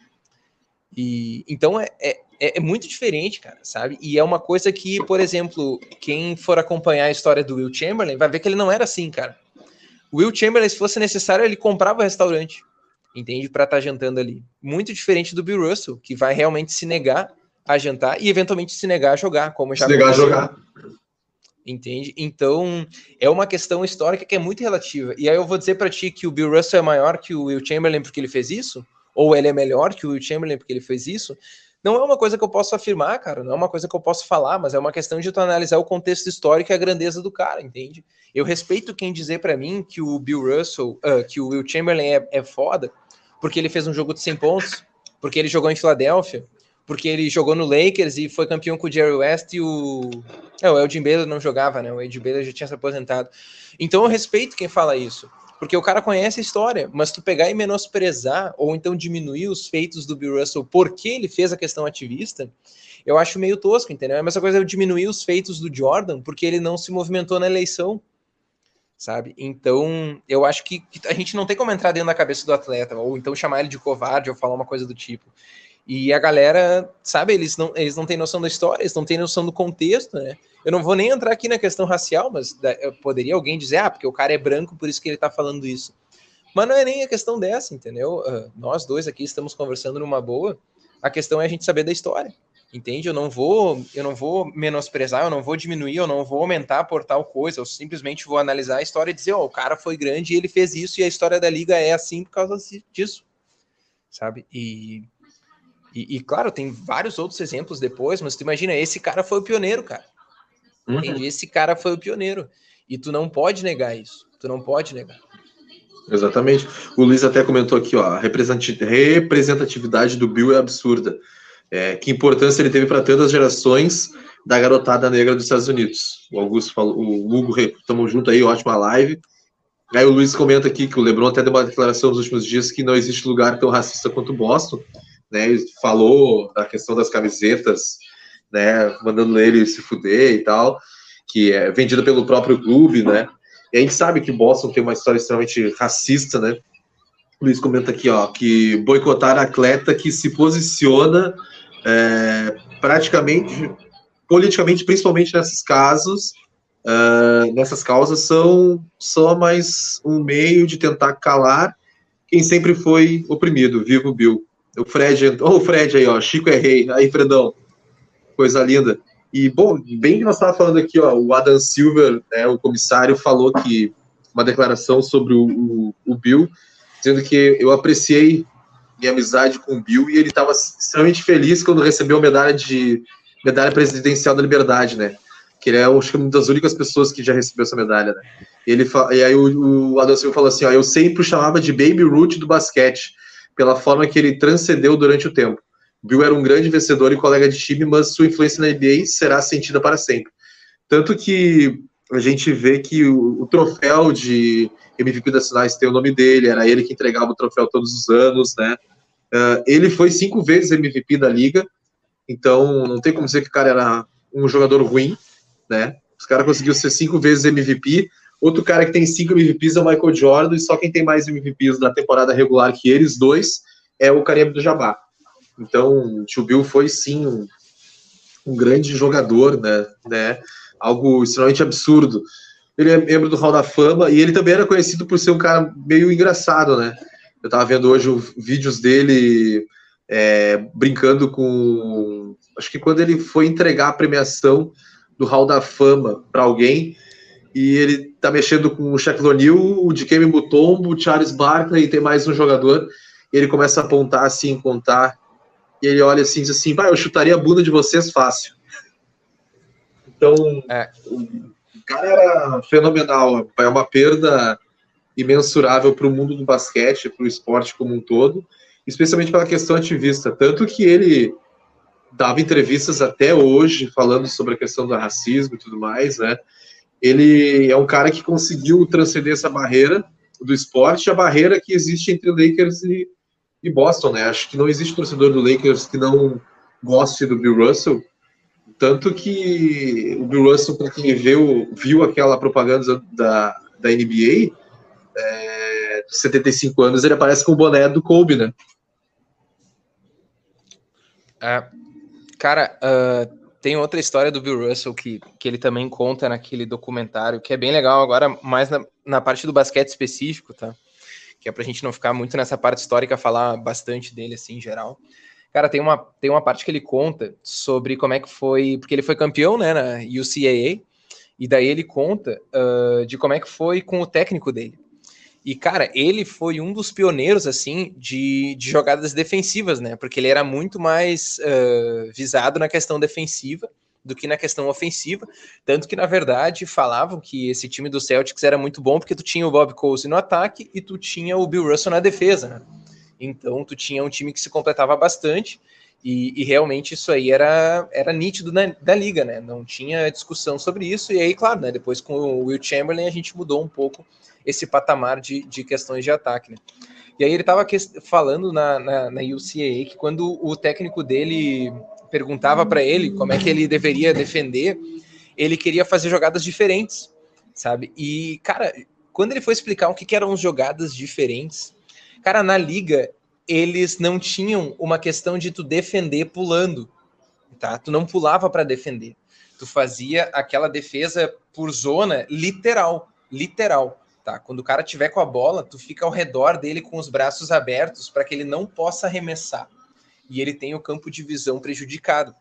E, então é, é, é muito diferente, cara, sabe? E é uma coisa que, por exemplo, quem for acompanhar a história do Will Chamberlain vai ver que ele não era assim, cara. O Will Chamberlain, se fosse necessário, ele comprava o restaurante, entende? Pra estar jantando ali. Muito diferente do Bill Russell, que vai realmente se negar a jantar e eventualmente se negar a jogar, como já se negar a jogar. Entende? Então, é uma questão histórica que é muito relativa. E aí eu vou dizer pra ti que o Bill Russell é maior que o Will Chamberlain porque ele fez isso? Ou ele é melhor que o Will Chamberlain porque ele fez isso, não é uma coisa que eu posso afirmar, cara, não é uma coisa que eu posso falar, mas é uma questão de tu analisar o contexto histórico e a grandeza do cara, entende? Eu respeito quem dizer pra mim que o Bill Russell, uh, que o Will Chamberlain é, é foda, porque ele fez um jogo de cem pontos, porque ele jogou em Filadélfia, porque ele jogou no Lakers e foi campeão com o Jerry West e o... É, o Elgin Baylor não jogava, né? O Elgin Baylor já tinha se aposentado. Então eu respeito quem fala isso. Porque o cara conhece a história, mas tu pegar e menosprezar, ou então diminuir os feitos do Bill Russell porque ele fez a questão ativista, eu acho meio tosco, entendeu? É a mesma coisa eu diminuir os feitos do Jordan porque ele não se movimentou na eleição, sabe? Então, eu acho que, que a gente não tem como entrar dentro da cabeça do atleta, ou então chamar ele de covarde, ou falar uma coisa do tipo. E a galera, sabe, eles não, eles não têm noção da história, eles não têm noção do contexto, né? Eu não vou nem entrar aqui na questão racial, mas da, poderia alguém dizer, ah, porque o cara é branco, por isso que ele tá falando isso. Mas não é nem a questão dessa, entendeu? Uh, nós dois aqui estamos conversando numa boa, a questão é a gente saber da história, entende? Eu não vou, eu não vou menosprezar, eu não vou diminuir, eu não vou aumentar por tal coisa, eu simplesmente vou analisar a história e dizer, ó, oh, o cara foi grande e ele fez isso, e a história da liga é assim por causa disso, sabe? E... E, e, claro, tem vários outros exemplos depois, mas tu imagina, esse cara foi o pioneiro, cara. Uhum. Entende? Esse cara foi o pioneiro. E tu não pode negar isso. Tu não pode negar. Exatamente. O Luiz até comentou aqui, ó, a representatividade do Bill é absurda. É, que importância ele teve para tantas gerações da garotada negra dos Estados Unidos. O Augusto falou, o Hugo, estamos junto aí, ótima live. Aí o Luiz comenta aqui que o LeBron até deu uma declaração nos últimos dias que não existe lugar tão racista quanto o Boston. Né, ele falou da questão das camisetas, né, mandando ele se fuder e tal, que é vendida pelo próprio clube, né, e a gente sabe que Boston tem uma história extremamente racista, né. O Luiz comenta aqui, ó, que boicotar atleta que se posiciona é, praticamente, politicamente, principalmente nesses casos, uh, nessas causas, são só mais um meio de tentar calar quem sempre foi oprimido. Viva o Bill. O Fred, oh, o Fred aí, ó, Chico é rei, aí, Fredão, coisa linda. E, bom, bem que nós estávamos falando aqui, ó, o Adam Silver, né, o comissário, falou que, uma declaração sobre o, o, o Bill, dizendo que eu apreciei minha amizade com o Bill e ele estava extremamente feliz quando recebeu a medalha, de, medalha presidencial da liberdade, né, que ele é acho que uma das únicas pessoas que já recebeu essa medalha, né. E, ele, e aí o, o Adam Silver falou assim, ó, eu sempre o chamava de Baby Ruth do basquete, pela forma que ele transcendeu durante o tempo. Bill era um grande vencedor e colega de time, mas sua influência na N B A será sentida para sempre. Tanto que a gente vê que o, o troféu de M V P das finais tem o nome dele, era ele que entregava o troféu todos os anos, né? Uh, ele foi cinco vezes M V P da liga, então não tem como dizer que o cara era um jogador ruim, né? Os caras conseguiu ser cinco vezes M V P. Outro cara que tem cinco M V Ps é o Michael Jordan, e só quem tem mais M V Ps da temporada regular que eles dois é o Kareem Abdul-Jabbar. Então, o tio Bill foi, sim, um, um grande jogador, né, né? Algo extremamente absurdo. Ele é membro do Hall da Fama, e ele também era conhecido por ser um cara meio engraçado, né? Eu tava vendo hoje os vídeos dele é, brincando com... Acho que quando ele foi entregar a premiação do Hall da Fama para alguém... E ele tá mexendo com o Shaquille O'Neal, o Dikembe Mutombo, o Charles Barkley, e tem mais um jogador. E ele começa a apontar assim, contar. E ele olha assim e diz assim, vai, eu chutaria a bunda de vocês fácil. Então, é. O cara era fenomenal. É uma perda imensurável para o mundo do basquete, para o esporte como um todo, especialmente pela questão ativista. Tanto que ele dava entrevistas até hoje falando sobre a questão do racismo e tudo mais, né? Ele é um cara que conseguiu transcender essa barreira do esporte, a barreira que existe entre Lakers e, e Boston, né? Acho que não existe torcedor do Lakers que não goste do Bill Russell, tanto que o Bill Russell, para quem viu, viu aquela propaganda da, da N B A, é, de setenta e cinco anos, ele aparece com o boné do Kobe, né? É, cara, uh... tem outra história do Bill Russell que, que ele também conta naquele documentário, que é bem legal agora, mais na, na parte do basquete específico, tá? Que é pra gente não ficar muito nessa parte histórica, falar bastante dele, assim, em geral. Cara, tem uma, tem uma parte que ele conta sobre como é que foi, porque ele foi campeão, né, na U C A A, e daí ele conta uh, de como é que foi com o técnico dele. E, cara, ele foi um dos pioneiros, assim, de, de jogadas defensivas, né? Porque ele era muito mais uh, visado na questão defensiva do que na questão ofensiva. Tanto que, na verdade, falavam que esse time do Celtics era muito bom porque tu tinha o Bob Cousy no ataque e tu tinha o Bill Russell na defesa, né? Então, tu tinha um time que se completava bastante e, e realmente isso aí era, era nítido na, da liga, né? Não tinha discussão sobre isso. E aí, claro, né? Depois com o Will Chamberlain a gente mudou um pouco esse patamar de, de questões de ataque, né? E aí ele estava falando na, na, na U C A A que quando o técnico dele perguntava para ele como é que ele deveria defender, ele queria fazer jogadas diferentes, sabe? E, cara, quando ele foi explicar o que, que eram as jogadas diferentes, cara, na liga, eles não tinham uma questão de tu defender pulando, tá? Tu não pulava para defender. Tu fazia aquela defesa por zona literal, literal, tá? Quando o cara tiver com a bola, tu fica ao redor dele com os braços abertos para que ele não possa arremessar. E ele tem o campo de visão prejudicado.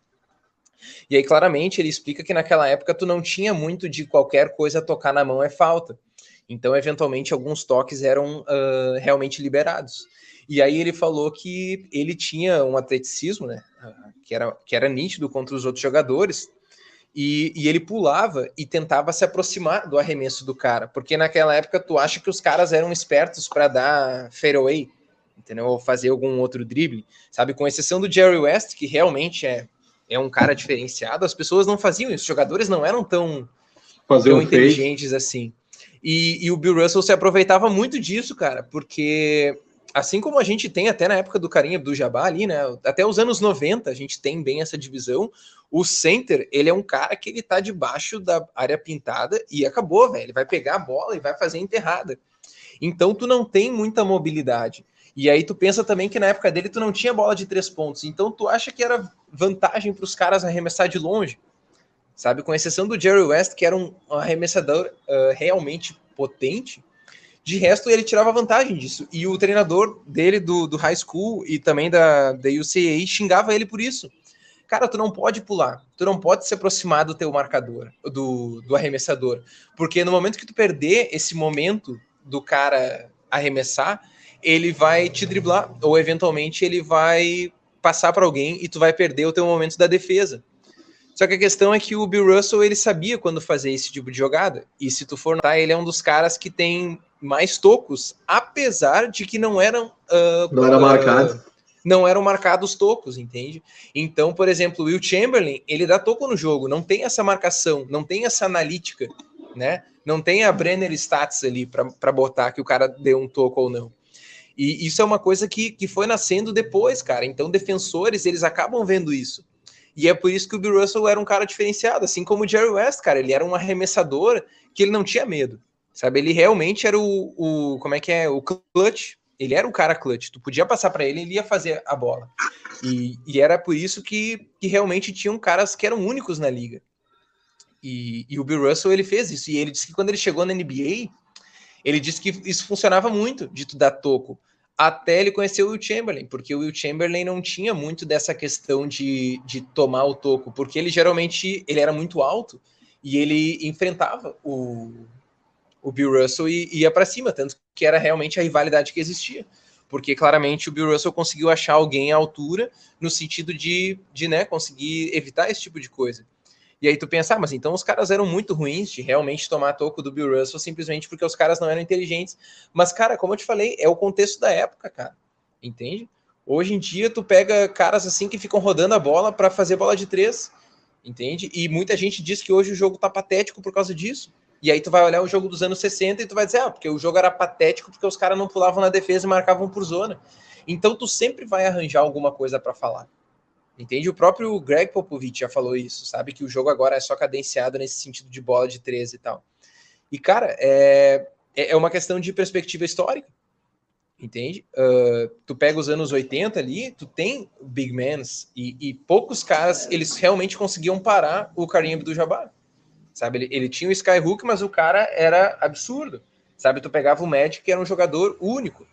E aí, claramente, ele explica que naquela época tu não tinha muito de qualquer coisa tocar na mão é falta. Então, eventualmente, alguns toques eram uh, realmente liberados. E aí ele falou que ele tinha um atleticismo, né, que era, que era nítido contra os outros jogadores, e, e ele pulava e tentava se aproximar do arremesso do cara, porque naquela época tu acha que os caras eram espertos para dar fadeaway, entendeu? Ou fazer algum outro drible, sabe? Com exceção do Jerry West, que realmente é, é um cara diferenciado, as pessoas não faziam isso, os jogadores não eram tão, Fazer tão um inteligentes fake. assim. E, e o Bill Russell se aproveitava muito disso, cara, porque assim como a gente tem até na época do Kareem Abdul-Jabbar ali, né, até os anos noventa a gente tem bem essa divisão, o center, ele é um cara que ele tá debaixo da área pintada e acabou, velho, ele vai pegar a bola e vai fazer a enterrada. Então tu não tem muita mobilidade. E aí tu pensa também que na época dele tu não tinha bola de três pontos, então tu acha que era vantagem para os caras arremessar de longe, sabe? Com exceção do Jerry West, que era um arremessador uh, realmente potente, de resto ele tirava vantagem disso. E o treinador dele do, do high school e também da, da U C A xingava ele por isso. Cara, tu não pode pular, tu não pode se aproximar do teu marcador, do, do arremessador, porque no momento que tu perder esse momento do cara arremessar, ele vai te driblar, ou eventualmente ele vai passar para alguém e tu vai perder o teu momento da defesa. Só que a questão é que o Bill Russell, ele sabia quando fazer esse tipo de jogada, e se tu for notar, ele é um dos caras que tem mais tocos, apesar de que não eram... Uh, não era uh, marcado. Não eram marcados tocos, entende? Então, por exemplo, o Will Chamberlain, ele dá toco no jogo, não tem essa marcação, não tem essa analítica, né? Não tem a Brenner Stats ali para botar que o cara deu um toco ou não. E isso é uma coisa que, que foi nascendo depois, cara. Então, defensores, eles acabam vendo isso. E é por isso que o Bill Russell era um cara diferenciado, assim como o Jerry West, cara. Ele era um arremessador que ele não tinha medo, sabe? Ele realmente era o, o como é que é? O clutch. Ele era um cara clutch. Tu podia passar para ele, ele ia fazer a bola. E, e era por isso que, que realmente tinham caras que eram únicos na liga. E, e o Bill Russell, ele fez isso. E ele disse que quando ele chegou na N B A, ele disse que isso funcionava muito, de tu dar toco. Até ele conhecer o Will Chamberlain, porque o Will Chamberlain não tinha muito dessa questão de, de tomar o toco, porque ele geralmente ele era muito alto e ele enfrentava o, o Bill Russell e ia para cima, tanto que era realmente a rivalidade que existia, porque claramente o Bill Russell conseguiu achar alguém à altura no sentido de, de né, conseguir evitar esse tipo de coisa. E aí tu pensa, ah, mas então os caras eram muito ruins de realmente tomar toco do Bill Russell simplesmente porque os caras não eram inteligentes. Mas, cara, como eu te falei, é o contexto da época, cara. Entende? Hoje em dia tu pega caras assim que ficam rodando a bola para fazer bola de três, entende? E muita gente diz que hoje o jogo tá patético por causa disso. E aí tu vai olhar o jogo dos anos sessenta e tu vai dizer, ah, porque o jogo era patético porque os caras não pulavam na defesa e marcavam por zona. Então tu sempre vai arranjar alguma coisa para falar. Entende? O próprio Greg Popovich já falou isso, sabe? Que o jogo agora é só cadenciado nesse sentido de bola de treze e tal. E, cara, é, é uma questão de perspectiva histórica, entende? Uh, tu pega os anos oitenta ali, tu tem big mans e, e poucos caras, eles realmente conseguiam parar o Kareem Abdul-Jabbar, sabe? Ele, ele tinha o skyhook, mas o cara era absurdo, sabe? Tu pegava o Magic, que era um jogador único.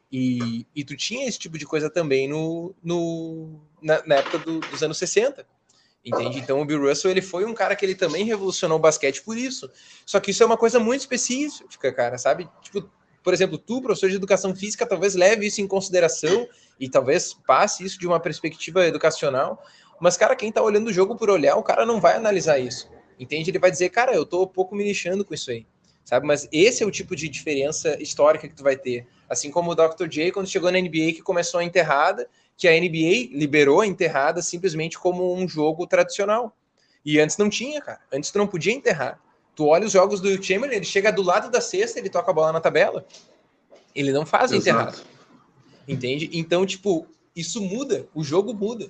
E, e tu tinha esse tipo de coisa também no, no, na, na época do, dos anos sessenta, entende? Então o Bill Russell, ele foi um cara que ele também revolucionou o basquete por isso. Só que isso é uma coisa muito específica, cara, sabe? Tipo, por exemplo, tu, professor de educação física, talvez leve isso em consideração e talvez passe isso de uma perspectiva educacional, mas, cara, quem tá olhando o jogo por olhar, o cara não vai analisar isso, entende? Ele vai dizer, cara, eu tô um pouco me lixando com isso aí, sabe? Mas esse é o tipo de diferença histórica que tu vai ter. Assim como o doutor J, quando chegou na N B A, que começou a enterrada, que a N B A liberou a enterrada simplesmente como um jogo tradicional. E antes não tinha, cara. Antes tu não podia enterrar. Tu olha os jogos do Will Chamberlain, ele chega do lado da cesta, ele toca a bola na tabela. Ele não faz a enterrada. Entende? Então, tipo, isso muda. O jogo muda.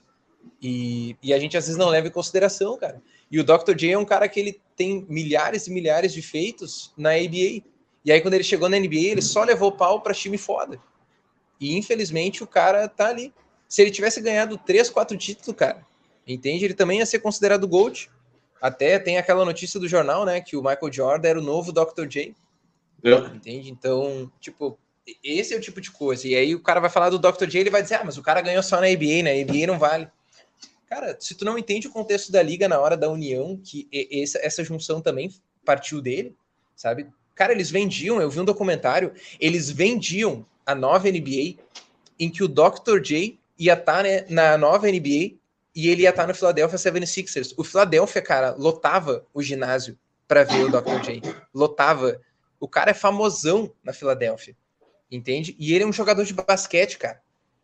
E, e a gente às vezes não leva em consideração, cara. E o doutor J é um cara que ele tem milhares e milhares de feitos na N B A. E aí, quando ele chegou na N B A, ele só levou pau pra time foda. E, infelizmente, o cara tá ali. Se ele tivesse ganhado três, quatro títulos, cara, entende? Ele também ia ser considerado GOAT. Até tem aquela notícia do jornal, né, que o Michael Jordan era o novo doutor J. É. Entende? Então, tipo, esse é o tipo de coisa. E aí o cara vai falar do doutor J, ele vai dizer, ah, mas o cara ganhou só na N B A, né? A N B A não vale. Cara, se tu não entende o contexto da liga na hora da união, que essa, essa junção também partiu dele, sabe? Cara, eles vendiam, eu vi um documentário, eles vendiam a nova N B A em que o doutor J ia estar, né, na nova N B A e ele ia estar no Philadelphia setenta e seis ers. O Philadelphia, cara, lotava o ginásio para ver o doutor J. Lotava. O cara é famosão na Filadélfia, entende? E ele é um jogador de basquete, cara.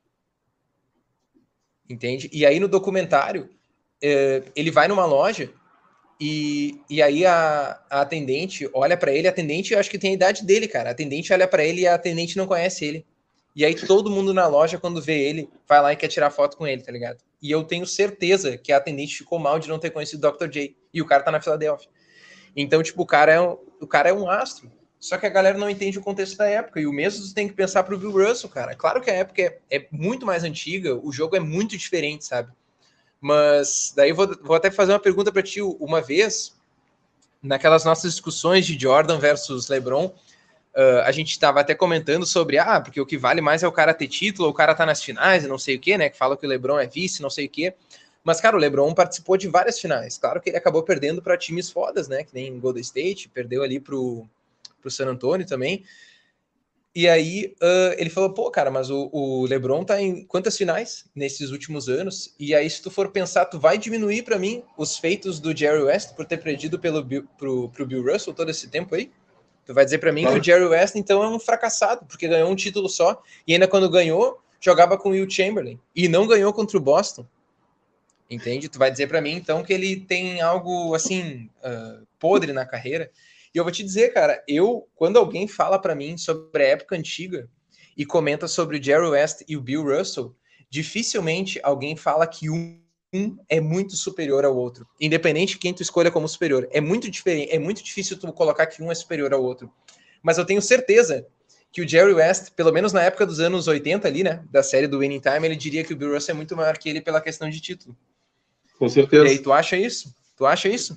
Entende? E aí no documentário, é, ele vai numa loja e, e aí a, a atendente olha para ele, a atendente eu acho que tem a idade dele, cara. A atendente olha para ele e a atendente não conhece ele. E aí todo mundo na loja, quando vê ele, vai lá e quer tirar foto com ele, tá ligado? E eu tenho certeza que a atendente ficou mal de não ter conhecido o doutor J. E o cara tá na Filadélfia. Então, tipo, o cara é um, o cara é um astro. Só que a galera não entende o contexto da época. E o mesmo você tem que pensar pro Bill Russell, cara. Claro que a época é, é muito mais antiga, o jogo é muito diferente, sabe? Mas daí eu vou, vou até fazer uma pergunta para ti. Uma vez, naquelas nossas discussões de Jordan versus LeBron, uh, a gente estava até comentando sobre, ah, porque o que vale mais é o cara ter título, o cara tá nas finais e não sei o quê, né? Que fala que o LeBron é vice, não sei o quê. Mas, cara, o LeBron participou de várias finais. Claro que ele acabou perdendo para times fodas, né? Que nem Golden State, perdeu ali pro... pro San Antonio também, e aí uh, ele falou, pô, cara, mas o, o LeBron tá em quantas finais nesses últimos anos, e aí se tu for pensar, tu vai diminuir para mim os feitos do Jerry West por ter perdido pelo, pro, pro Bill Russell todo esse tempo aí? Tu vai dizer para mim claro. Que o Jerry West, então, é um fracassado, porque ganhou um título só, e ainda quando ganhou, jogava com o Will Chamberlain, e não ganhou contra o Boston, entende? Tu vai dizer para mim, então, que ele tem algo, assim, uh, podre na carreira. E eu vou te dizer, cara, eu, quando alguém fala para mim sobre a época antiga e comenta sobre o Jerry West e o Bill Russell, dificilmente alguém fala que um, um é muito superior ao outro, independente de quem tu escolha como superior. É muito diferente, é muito difícil tu colocar que um é superior ao outro. Mas eu tenho certeza que o Jerry West, pelo menos na época dos anos oitenta ali, né, da série do Winning Time, ele diria que o Bill Russell é muito maior que ele pela questão de título. Com certeza. E aí, tu acha isso? Tu acha isso?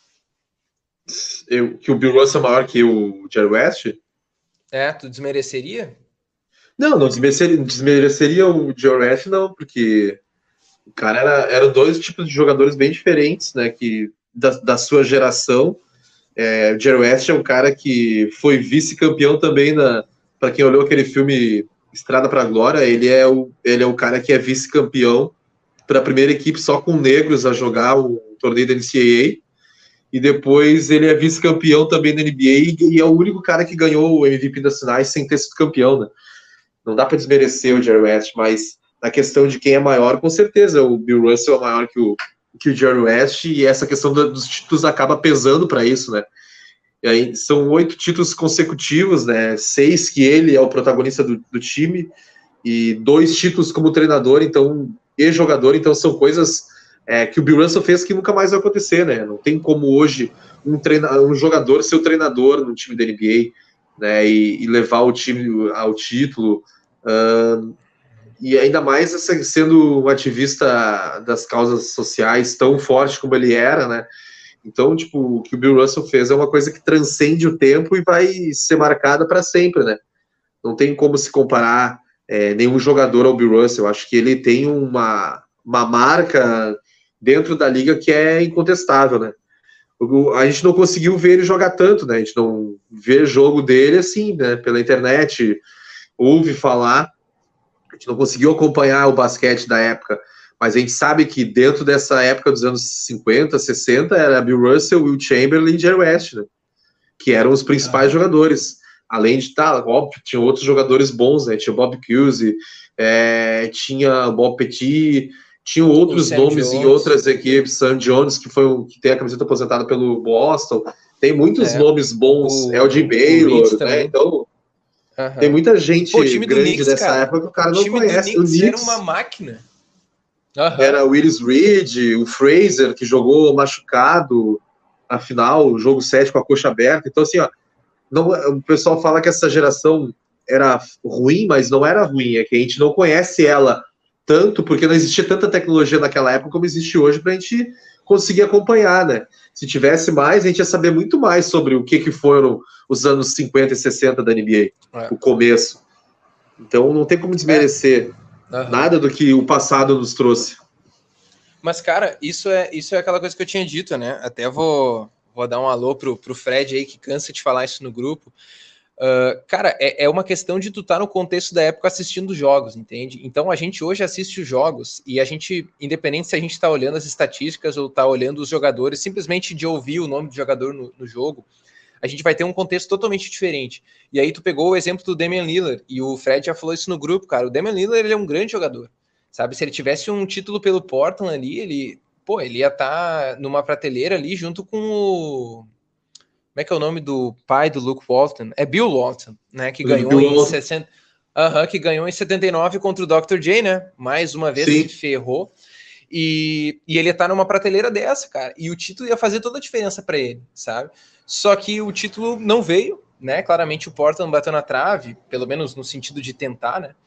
Eu, que o Bill Russell é maior que o Jerry West? É, tu desmereceria? Não, não desmereceria, desmereceria o Jerry West, não, porque o cara era, eram dois tipos de jogadores bem diferentes, né, que, da, da sua geração. É, o Jerry West é um cara que foi vice-campeão também, para quem olhou aquele filme Estrada para a Glória, ele é o, ele é o cara que é vice-campeão para a primeira equipe só com negros a jogar o torneio da N C A A. E depois ele é vice-campeão também na N B A e é o único cara que ganhou o M V P das finais sem ter sido campeão, né? Não dá para desmerecer o Jerry West, mas na questão de quem é maior, com certeza o Bill Russell é maior que o, que o Jerry West, e essa questão do, dos títulos acaba pesando para isso, né? E aí são oito títulos consecutivos, né? Seis que ele é o protagonista do, do time e dois títulos como treinador, então, e jogador, então são coisas... É, que o Bill Russell fez que nunca mais vai acontecer, né? Não tem como hoje um, treina, um jogador ser o treinador no time da N B A, né? E, e levar o time ao título. Uh, e ainda mais sendo um ativista das causas sociais tão forte como ele era, né? Então, tipo, o que o Bill Russell fez é uma coisa que transcende o tempo e vai ser marcada para sempre, né? Não tem como se comparar é, nenhum jogador ao Bill Russell. Eu acho que ele tem uma, uma marca dentro da liga que é incontestável, né? A gente não conseguiu ver ele jogar tanto, né? A gente não vê jogo dele assim, né? Pela internet, ouve falar. A gente não conseguiu acompanhar o basquete da época, mas a gente sabe que dentro dessa época dos anos cinquenta, sessenta, era Bill Russell, Will Chamberlain e Jerry West, né? Que eram os principais ah. jogadores. Além de, tá, óbvio, tinha outros jogadores bons, né? Tinha Bob Cousy, é, tinha Bob Petit, tinham outros nomes Jones. Em outras equipes, Sam Jones, que, foi um, que tem a camiseta aposentada pelo Boston, tem muitos é. nomes bons, L J Baylor, né? Então, uhum. tem muita gente Pô, grande Knicks, dessa cara, época que o cara não conhece. O Knicks era uma máquina. Uhum. Era o Willis Reed, o Fraser, que jogou machucado na final, o jogo sete com a coxa aberta. Então, assim, ó, não, o pessoal fala que essa geração era ruim, mas não era ruim, é que a gente não conhece ela tanto, porque não existia tanta tecnologia naquela época como existe hoje para a gente conseguir acompanhar, né? Se tivesse mais, a gente ia saber muito mais sobre o que, que foram os anos cinquenta e sessenta da N B A, é. o começo. Então não tem como desmerecer é. uhum. nada do que o passado nos trouxe. Mas, cara, isso é, isso é aquela coisa que eu tinha dito, né? Até vou, vou dar um alô pro, pro Fred aí, que cansa de falar isso no grupo. Uh, cara, é, é uma questão de tu estar tá no contexto da época assistindo os jogos, entende? Então a gente hoje assiste os jogos e a gente, independente se a gente está olhando as estatísticas ou está olhando os jogadores, simplesmente de ouvir o nome do jogador no, no jogo, a gente vai ter um contexto totalmente diferente. E aí tu pegou o exemplo do Damian Lillard, e o Fred já falou isso no grupo, cara. O Damian Lillard, ele é um grande jogador, sabe? Se ele tivesse um título pelo Portland ali, ele, pô, ele ia estar tá numa prateleira ali junto com o... Como é que é o nome do pai do Luke Walton? É Bill Walton, né? Que ganhou Bill em Walton. sessenta... Uhum, que ganhou em setenta e nove contra o doutor J, né? Mais uma vez Sim. se ferrou. E, e ele tá numa prateleira dessa, cara. E o título ia fazer toda a diferença para ele, sabe? Só que o título não veio, né? Claramente o Portland bateu na trave, pelo menos no sentido de tentar, né?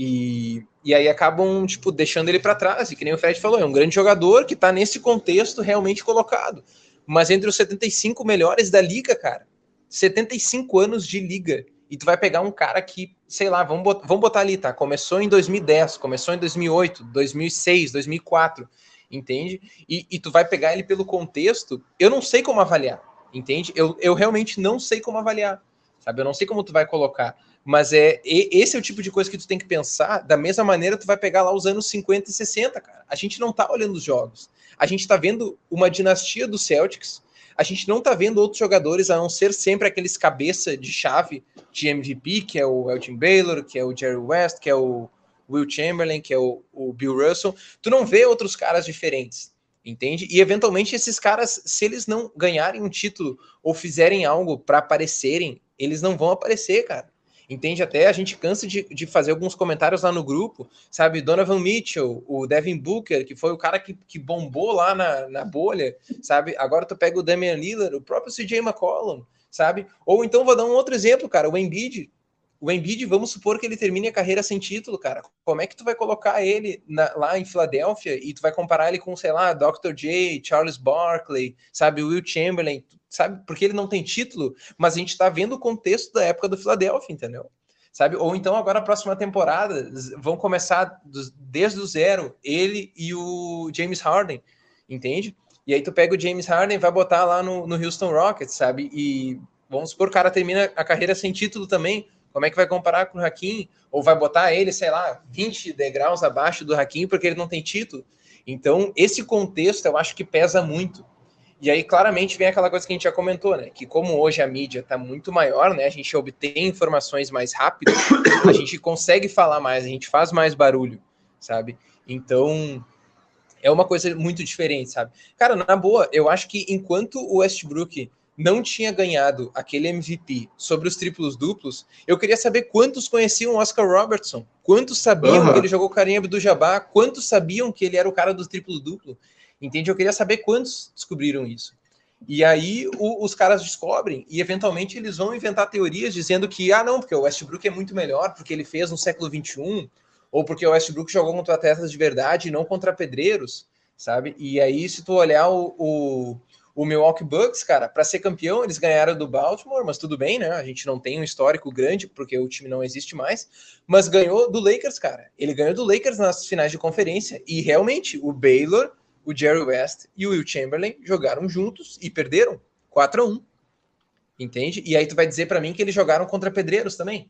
E, e aí acabam, tipo, deixando ele para trás. E que nem o Fred falou, é um grande jogador que tá nesse contexto realmente colocado. Mas entre os setenta e cinco melhores da liga, cara, setenta e cinco anos de liga, e tu vai pegar um cara que, sei lá, vamos botar, vamos botar ali, tá? Começou em dois mil e dez, começou em dois mil e oito, dois mil e seis, dois mil e quatro, entende? E, e tu vai pegar ele pelo contexto, eu não sei como avaliar, entende? Eu, eu realmente não sei como avaliar, sabe? Eu não sei como tu vai colocar, mas é, esse é o tipo de coisa que tu tem que pensar, da mesma maneira tu vai pegar lá os anos cinquenta e sessenta, cara. A gente não tá olhando os jogos. A gente tá vendo uma dinastia do Celtics, a gente não tá vendo outros jogadores, a não ser sempre aqueles cabeça de chave de M V P, que é o Elgin Baylor, que é o Jerry West, que é o Will Chamberlain, que é o, o Bill Russell. Tu não vê outros caras diferentes, entende? E eventualmente esses caras, se eles não ganharem um título ou fizerem algo para aparecerem, eles não vão aparecer, cara. Entende? Até a gente cansa de, de fazer alguns comentários lá no grupo, sabe? Donovan Mitchell, o Devin Booker, que foi o cara que, que bombou lá na, na bolha, sabe? Agora tu pega o Damian Lillard, o próprio C J McCollum, sabe? Ou então vou dar um outro exemplo, cara, o Embiid. O Embiid, vamos supor que ele termine a carreira sem título, cara. Como é que tu vai colocar ele na, lá em Filadélfia e tu vai comparar ele com, sei lá, doutor J, Charles Barkley, sabe? Will Chamberlain, sabe? Porque ele não tem título, mas a gente tá vendo o contexto da época do Filadélfia, entendeu? Sabe? Ou então agora a próxima temporada vão começar do, desde o zero, ele e o James Harden, entende? E aí tu pega o James Harden, vai botar lá no, no Houston Rockets, sabe? E vamos supor que o cara termina a carreira sem título também. Como é que vai comparar com o Hakim? Ou vai botar ele, sei lá, vinte degraus abaixo do Hakim porque ele não tem título? Então, esse contexto eu acho que pesa muito. E aí, claramente, vem aquela coisa que a gente já comentou, né? Que como hoje a mídia está muito maior, né? A gente obtém informações mais rápido, a gente consegue falar mais, a gente faz mais barulho, sabe? Então, é uma coisa muito diferente, sabe? Cara, na boa, eu acho que enquanto o Westbrook não tinha ganhado aquele M V P sobre os triplos duplos, eu queria saber quantos conheciam o Oscar Robertson, quantos sabiam uhum. que ele jogou Kareem Abdul-Jabbar, quantos sabiam que ele era o cara do triplo duplo, entende? Eu queria saber quantos descobriram isso. E aí o, os caras descobrem e eventualmente eles vão inventar teorias dizendo que, ah não, porque o Westbrook é muito melhor, porque ele fez no século vinte e um, ou porque o Westbrook jogou contra atletas de verdade e não contra pedreiros, sabe? E aí se tu olhar o... o O Milwaukee Bucks, cara, para ser campeão, eles ganharam do Baltimore, mas tudo bem, né? A gente não tem um histórico grande, porque o time não existe mais, mas ganhou do Lakers, cara. Ele ganhou do Lakers nas finais de conferência, e realmente, o Baylor, o Jerry West e o Will Chamberlain jogaram juntos e perderam quatro a um, entende? E aí tu vai dizer para mim que eles jogaram contra pedreiros também,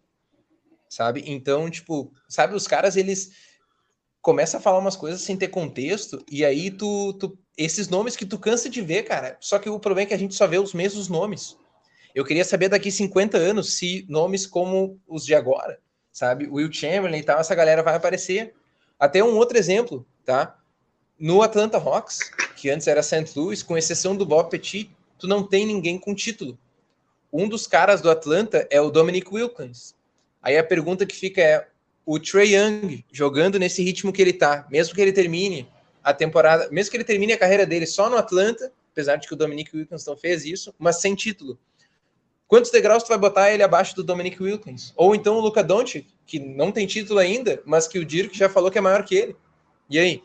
sabe? Então, tipo, sabe, os caras, eles começam a falar umas coisas sem ter contexto, e aí tu... tu esses nomes que tu cansa de ver, cara, só que o problema é que a gente só vê os mesmos nomes. Eu queria saber daqui cinquenta anos se nomes como os de agora, sabe, Will Chamberlain e tal, essa galera vai aparecer. Até um outro exemplo, tá? No Atlanta Hawks, que antes era Saint Louis, com exceção do Bob Petit, tu não tem ninguém com título. Um dos caras do Atlanta é o Dominic Wilkins. Aí a pergunta que fica é, o Trae Young, jogando nesse ritmo que ele tá, mesmo que ele termine a temporada, mesmo que ele termine a carreira dele só no Atlanta, apesar de que o Dominic Wilkins não fez isso, mas sem título. quantos degraus tu vai botar ele abaixo do Dominic Wilkins? Ou então o Luka Doncic, que não tem título ainda, mas que o Dirk já falou que é maior que ele. E aí?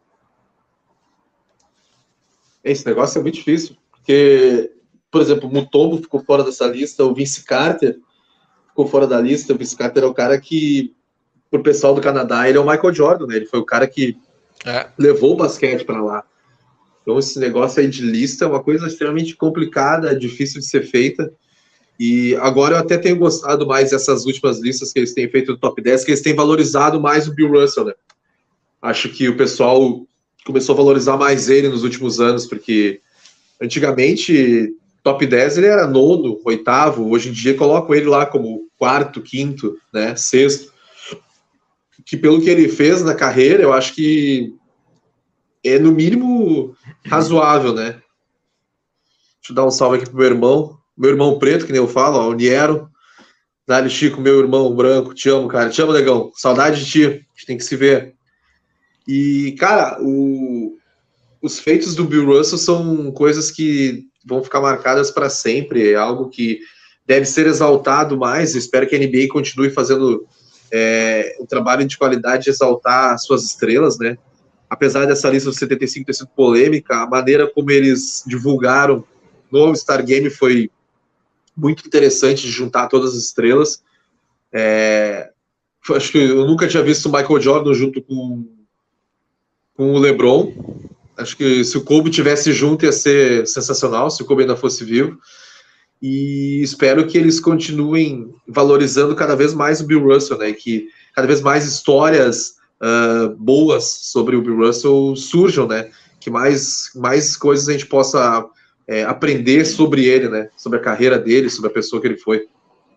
Esse negócio é muito difícil, porque, por exemplo, o Mutombo ficou fora dessa lista, o Vince Carter ficou fora da lista. O Vince Carter é o cara que, pro pessoal do Canadá, ele é o Michael Jordan, né? Ele foi o cara que é. levou o basquete para lá. Então, esse negócio aí de lista é uma coisa extremamente complicada, difícil de ser feita. E agora eu até tenho gostado mais dessas últimas listas que eles têm feito do top dez, que eles têm valorizado mais o Bill Russell, né? Acho que o pessoal começou a valorizar mais ele nos últimos anos, porque antigamente, top dez ele era nono, oitavo, hoje em dia colocam ele lá como quarto, quinto, né, sexto. Que pelo que ele fez na carreira, eu acho que é no mínimo razoável, né? Deixa eu dar um salve aqui pro meu irmão, meu irmão preto, que nem eu falo, ó, o Niero. Dali, Chico, meu irmão branco, te amo, cara, te amo, negão, saudade de ti, a gente tem que se ver. E, cara, o, os feitos do Bill Russell são coisas que vão ficar marcadas para sempre, é algo que deve ser exaltado mais. Espero que a N B A continue fazendo é, um trabalho de qualidade de exaltar suas estrelas, né? Apesar dessa lista dos setenta e cinco ter sido polêmica, a maneira como eles divulgaram no All-Star Game foi muito interessante, de juntar todas as estrelas. É, acho que eu nunca tinha visto o Michael Jordan junto com, com o LeBron. Acho que se o Kobe tivesse junto ia ser sensacional, se o Kobe ainda fosse vivo. E espero que eles continuem valorizando cada vez mais o Bill Russell, né? Que cada vez mais histórias uh, boas sobre o Bill Russell surjam, né? Que mais, mais coisas a gente possa é, aprender sobre ele, né? Sobre a carreira dele, sobre a pessoa que ele foi.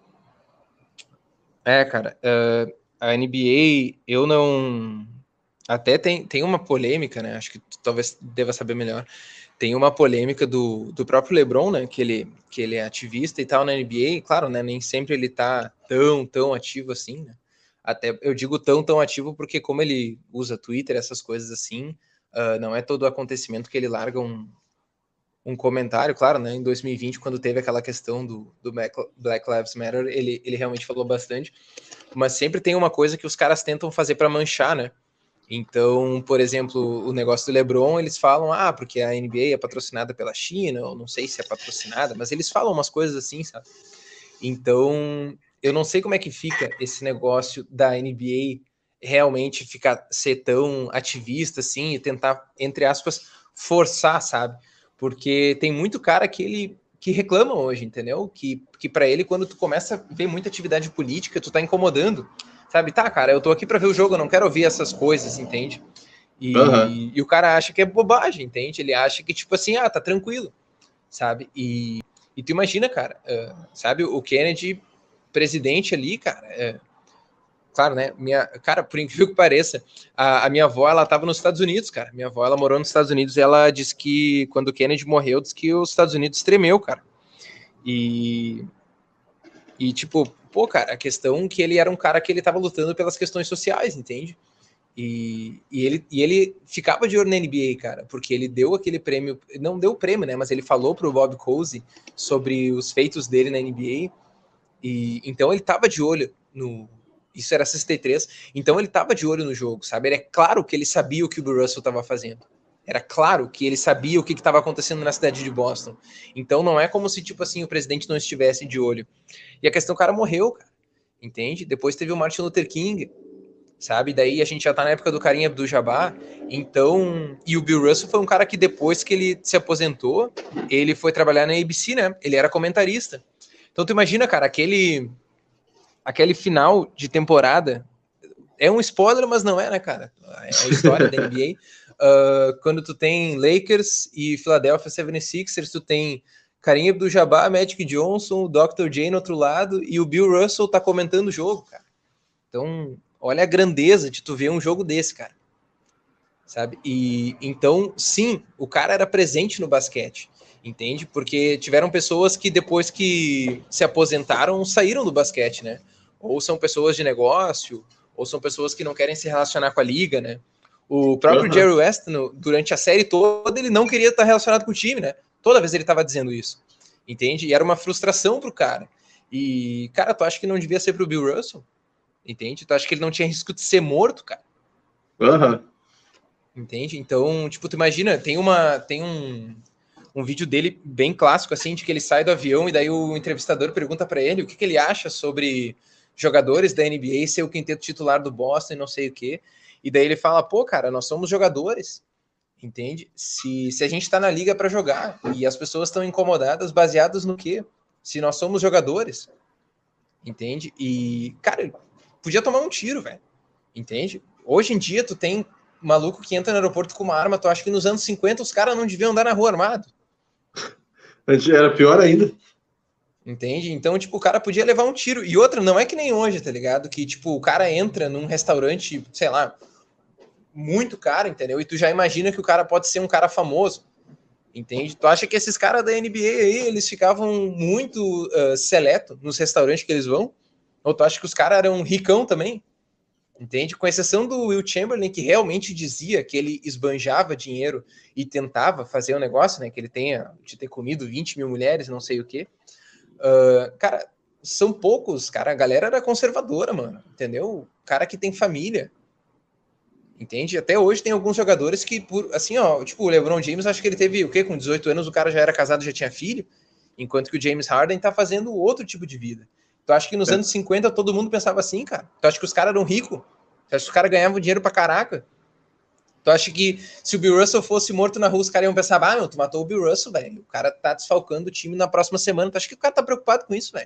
É, cara, uh, a N B A, eu não... Até tem, tem uma polêmica, né? Acho que tu talvez deva saber melhor. Tem uma polêmica do, do próprio LeBron, né? Que ele, que ele é ativista e tal na N B A. Claro, né? Nem sempre ele tá tão, tão ativo assim, né? Até eu digo tão, tão ativo porque como ele usa Twitter, essas coisas assim, uh, não é todo acontecimento que ele larga um, um comentário. Claro, né? Em dois mil e vinte, quando teve aquela questão do, do Black Lives Matter, ele, ele realmente falou bastante. Mas sempre tem uma coisa que os caras tentam fazer para manchar, né? Então, por exemplo, o negócio do LeBron, eles falam, ah, porque a N B A é patrocinada pela China, ou não sei se é patrocinada, mas eles falam umas coisas assim, sabe? Então, eu não sei como é que fica esse negócio da N B A realmente ficar, ser tão ativista assim, e tentar, entre aspas, forçar, sabe? Porque tem muito cara que ele que reclama hoje, entendeu? Que, que para ele, quando tu começa a ver muita atividade política, tu tá incomodando. Sabe, tá, cara, eu tô aqui pra ver o jogo, eu não quero ouvir essas coisas, entende? E, uhum. e o cara acha que é bobagem, entende? Ele acha que, tipo assim, ah, tá tranquilo, sabe? E, e tu imagina, cara, uh, sabe, o Kennedy, presidente ali, cara, é, claro, né, minha, cara, por incrível que pareça, a, a minha avó, ela tava nos Estados Unidos, cara, minha avó, ela morou nos Estados Unidos e ela disse que, quando o Kennedy morreu, disse que os Estados Unidos tremeu, cara. E, e tipo... Pô, cara, a questão que ele era um cara que ele tava lutando pelas questões sociais, entende? E, e, ele, e ele ficava de olho na N B A, cara, porque ele deu aquele prêmio, não deu o prêmio, né, mas ele falou pro Bob Cousy sobre os feitos dele na N B A, e então ele tava de olho no... Isso era sessenta e três, então ele tava de olho no jogo, sabe? Era claro que ele sabia o que o Bill Russell tava fazendo. Era claro que ele sabia o que estava acontecendo na cidade de Boston. Então não é como se, tipo assim, o presidente não estivesse de olho. E a questão, o cara morreu, cara. Entende? Depois teve o Martin Luther King, sabe? Daí a gente já tá na época do Kareem Abdul-Jabbar. Então... E o Bill Russell foi um cara que depois que ele se aposentou, ele foi trabalhar na A B C, né? Ele era comentarista. Então tu imagina, cara, aquele... Aquele final de temporada... É um spoiler, mas não é, né, cara? É a história da N B A. Uh, quando tu tem Lakers e Philadelphia setenta e seis ers, tu tem Kareem Abdul-Jabbar, Magic Johnson, o doutor J no outro lado, e o Bill Russell tá comentando o jogo, cara. Então, olha a grandeza de tu ver um jogo desse, cara. Sabe? E então, sim, o cara era presente no basquete, entende? Porque tiveram pessoas que depois que se aposentaram, saíram do basquete, né? Ou são pessoas de negócio, ou são pessoas que não querem se relacionar com a liga, né? O próprio uhum. Jerry West, no, durante a série toda, ele não queria estar relacionado com o time, né? Toda vez ele estava dizendo isso. entende? E era uma frustração pro cara. E, cara, tu acha que não devia ser pro Bill Russell? Entende? Tu acha que ele não tinha risco de ser morto, cara? Aham. Uhum. Entende? Então, tipo, tu imagina, tem uma tem um, um vídeo dele bem clássico, assim, de que ele sai do avião e daí o entrevistador pergunta para ele o que, que ele acha sobre jogadores da N B A ser o quinteto titular do Boston e não sei o quê. E daí ele fala, pô, cara, nós somos jogadores, entende? Se, se a gente tá na liga para jogar e as pessoas estão incomodadas baseadas no quê? Se nós somos jogadores, entende? E, cara, podia tomar um tiro, velho, entende? Hoje em dia tu tem maluco que entra no aeroporto com uma arma, tu acha que nos anos cinquenta os caras não deviam andar na rua armado? Era pior ainda. Entende? Então, tipo, o cara podia levar um tiro. E outra, não é que nem hoje, tá ligado? Que, tipo, o cara entra num restaurante, sei lá, muito caro, entendeu? E tu já imagina que o cara pode ser um cara famoso, entende? Tu acha que esses caras da N B A aí, eles ficavam muito uh, seleto nos restaurantes que eles vão? Ou tu acha que os caras eram ricão também? Entende? Com exceção do Will Chamberlain, que realmente dizia que ele esbanjava dinheiro e tentava fazer um negócio, né? Que ele tenha de ter comido vinte mil mulheres, não sei o quê. Uh, cara, são poucos, cara. A galera era conservadora, mano. Entendeu? Cara que tem família. Entende? Até hoje tem alguns jogadores que, por assim, ó, tipo, o LeBron James, acho que ele teve, o quê? Com dezoito anos, o cara já era casado, já tinha filho, enquanto que o James Harden tá fazendo outro tipo de vida. Tu acha que nos é. anos cinquenta todo mundo pensava assim, cara? Tu acha que os caras eram ricos? Tu acha que os caras ganhavam dinheiro pra caraca? Tu acha que se o Bill Russell fosse morto na rua, os caras iam pensar, ah, meu, tu matou o Bill Russell, velho. O cara tá desfalcando o time na próxima semana. Tu acha que o cara tá preocupado com isso, velho?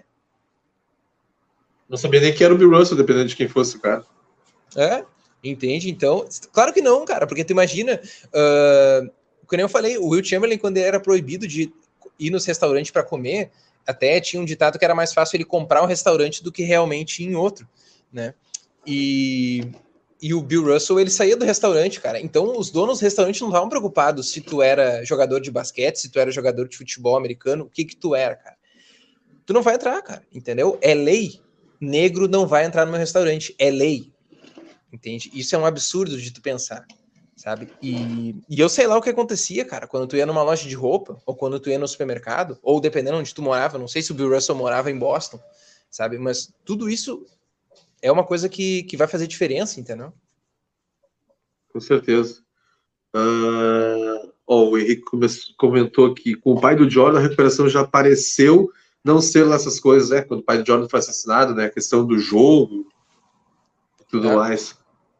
Não sabia nem que era o Bill Russell, dependendo de quem fosse o cara. É, entende? Então, claro que não, cara, porque tu imagina, uh, como eu falei, o Will Chamberlain, quando ele era proibido de ir nos restaurantes para comer, até tinha um ditado que era mais fácil ele comprar um restaurante do que realmente ir em outro, né? E, e o Bill Russell, ele saía do restaurante, cara. Então, os donos do restaurante não estavam preocupados se tu era jogador de basquete, se tu era jogador de futebol americano, o que que tu era, cara. Tu não vai entrar, cara, entendeu? É lei. Negro não vai entrar no meu restaurante. É lei. Entende? Isso é um absurdo de tu pensar, sabe? E, e eu sei lá o que acontecia, cara, quando tu ia numa loja de roupa, ou quando tu ia no supermercado, ou dependendo onde tu morava, não sei se o Bill Russell morava em Boston, sabe? Mas tudo isso é uma coisa que, que vai fazer diferença, entendeu? Com certeza. Uh, oh, o Henrique comentou aqui, com o pai do Jordan, a recuperação já pareceu não ser lá essas coisas, né? Quando o pai do Jordan foi assassinado, né? A questão do jogo e tudo é. mais.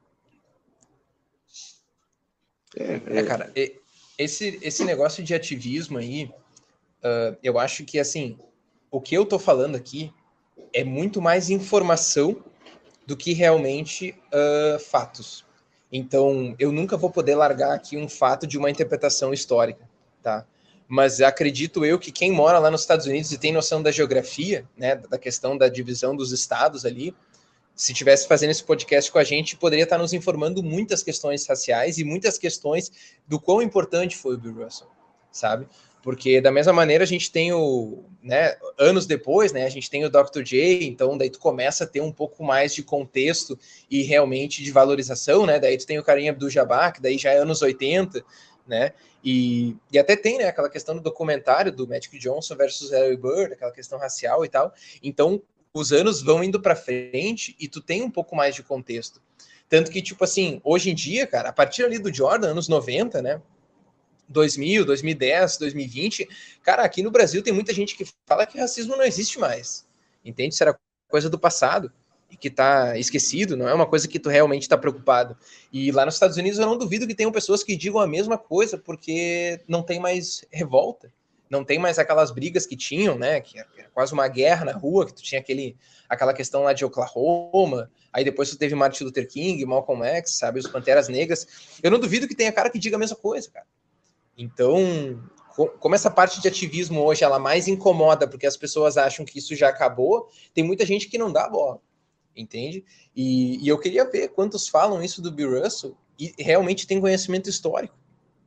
É, é. é, cara, esse, esse negócio de ativismo aí, uh, eu acho que, assim, o que eu tô falando aqui é muito mais informação do que realmente uh, fatos. Então, eu nunca vou poder largar aqui um fato de uma interpretação histórica, tá? Mas acredito eu que quem mora lá nos Estados Unidos e tem noção da geografia, né, da questão da divisão dos estados ali, se tivesse fazendo esse podcast com a gente, poderia estar nos informando muitas questões raciais e muitas questões do quão importante foi o Bill Russell, sabe? Porque da mesma maneira a gente tem o, né, anos depois, né, a gente tem o doutor J, então daí tu começa a ter um pouco mais de contexto e realmente de valorização, né, daí tu tem o carinha do Jabbar, que daí já é anos oitenta, né, e, e até tem, né, aquela questão do documentário do Magic Johnson versus Larry Bird, aquela questão racial e tal, então os anos vão indo para frente e tu tem um pouco mais de contexto. Tanto que, tipo assim, hoje em dia, cara, a partir ali do Jordan, anos noventa, né, dois mil, dois mil e dez, dois mil e vinte, cara, aqui no Brasil tem muita gente que fala que racismo não existe mais, entende? Isso era coisa do passado e que tá esquecido, não é uma coisa que tu realmente tá preocupado. E lá nos Estados Unidos eu não duvido que tenham pessoas que digam a mesma coisa, porque não tem mais revolta, não tem mais aquelas brigas que tinham, né, que era quase uma guerra na rua, que tu tinha aquele, aquela questão lá de Oklahoma, aí depois tu teve Martin Luther King, Malcolm X, sabe, os Panteras Negras. Eu não duvido que tenha cara que diga a mesma coisa, cara. Então, como essa parte de ativismo hoje ela mais incomoda porque as pessoas acham que isso já acabou, tem muita gente que não dá bola, entende? E, e eu queria ver quantos falam isso do Bill Russell e realmente tem conhecimento histórico.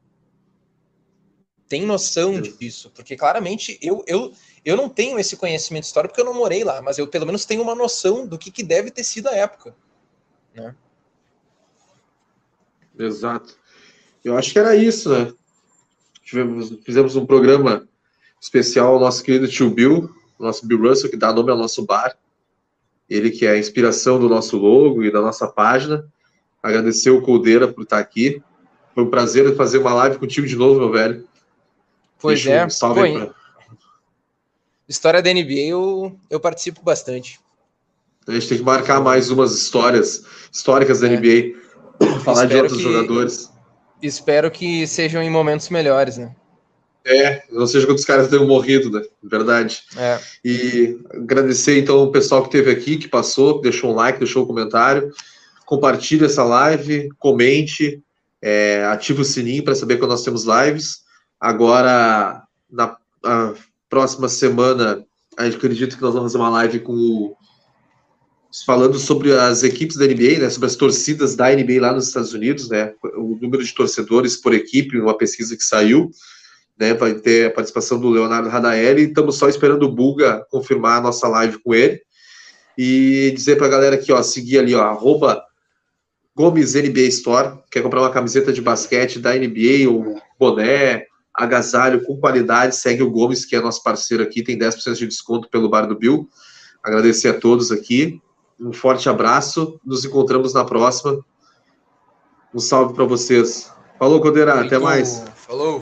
Tem noção disso, porque claramente eu, eu, eu não tenho esse conhecimento histórico porque eu não morei lá, mas eu pelo menos tenho uma noção do que, que deve ter sido a época, né? Exato. Eu acho que era isso, né? Tivemos, fizemos um programa especial ao nosso querido tio Bill, nosso Bill Russell, que dá nome ao nosso bar. Ele que é a inspiração do nosso logo e da nossa página. Agradecer o Coldeira por estar aqui. Foi um prazer fazer uma live contigo de novo, meu velho. Pois Deixa é. um salve Pô, aí pra... História da N B A eu, eu participo bastante. A gente tem que marcar mais umas histórias históricas da É. N B A. Falar Espero de outros que- jogadores. Espero que sejam em momentos melhores, né? É, não seja quando os caras tenham morrido, né? Verdade. É. E agradecer, então, o pessoal que esteve aqui, que passou, que deixou um like, deixou um comentário. Compartilhe essa live, comente, é, ative o sininho para saber quando nós temos lives. Agora, na a próxima semana, a gente acredita que nós vamos fazer uma live com o, falando sobre as equipes da N B A, né, sobre as torcidas da N B A lá nos Estados Unidos, né, o número de torcedores por equipe, uma pesquisa que saiu, né, vai ter a participação do Leonardo Radaelli, e estamos só esperando o Bulga confirmar a nossa live com ele, e dizer para a galera aqui, ó, seguir ali, ó, arroba Gomes N B A Store, quer comprar uma camiseta de basquete da N B A, ou boné, agasalho com qualidade, segue o Gomes, que é nosso parceiro aqui, tem dez por cento de desconto pelo Bar do Bill. Agradecer a todos aqui, um forte abraço, nos encontramos na próxima. Um salve para vocês. Falou, Coldeira, até mais. Falou.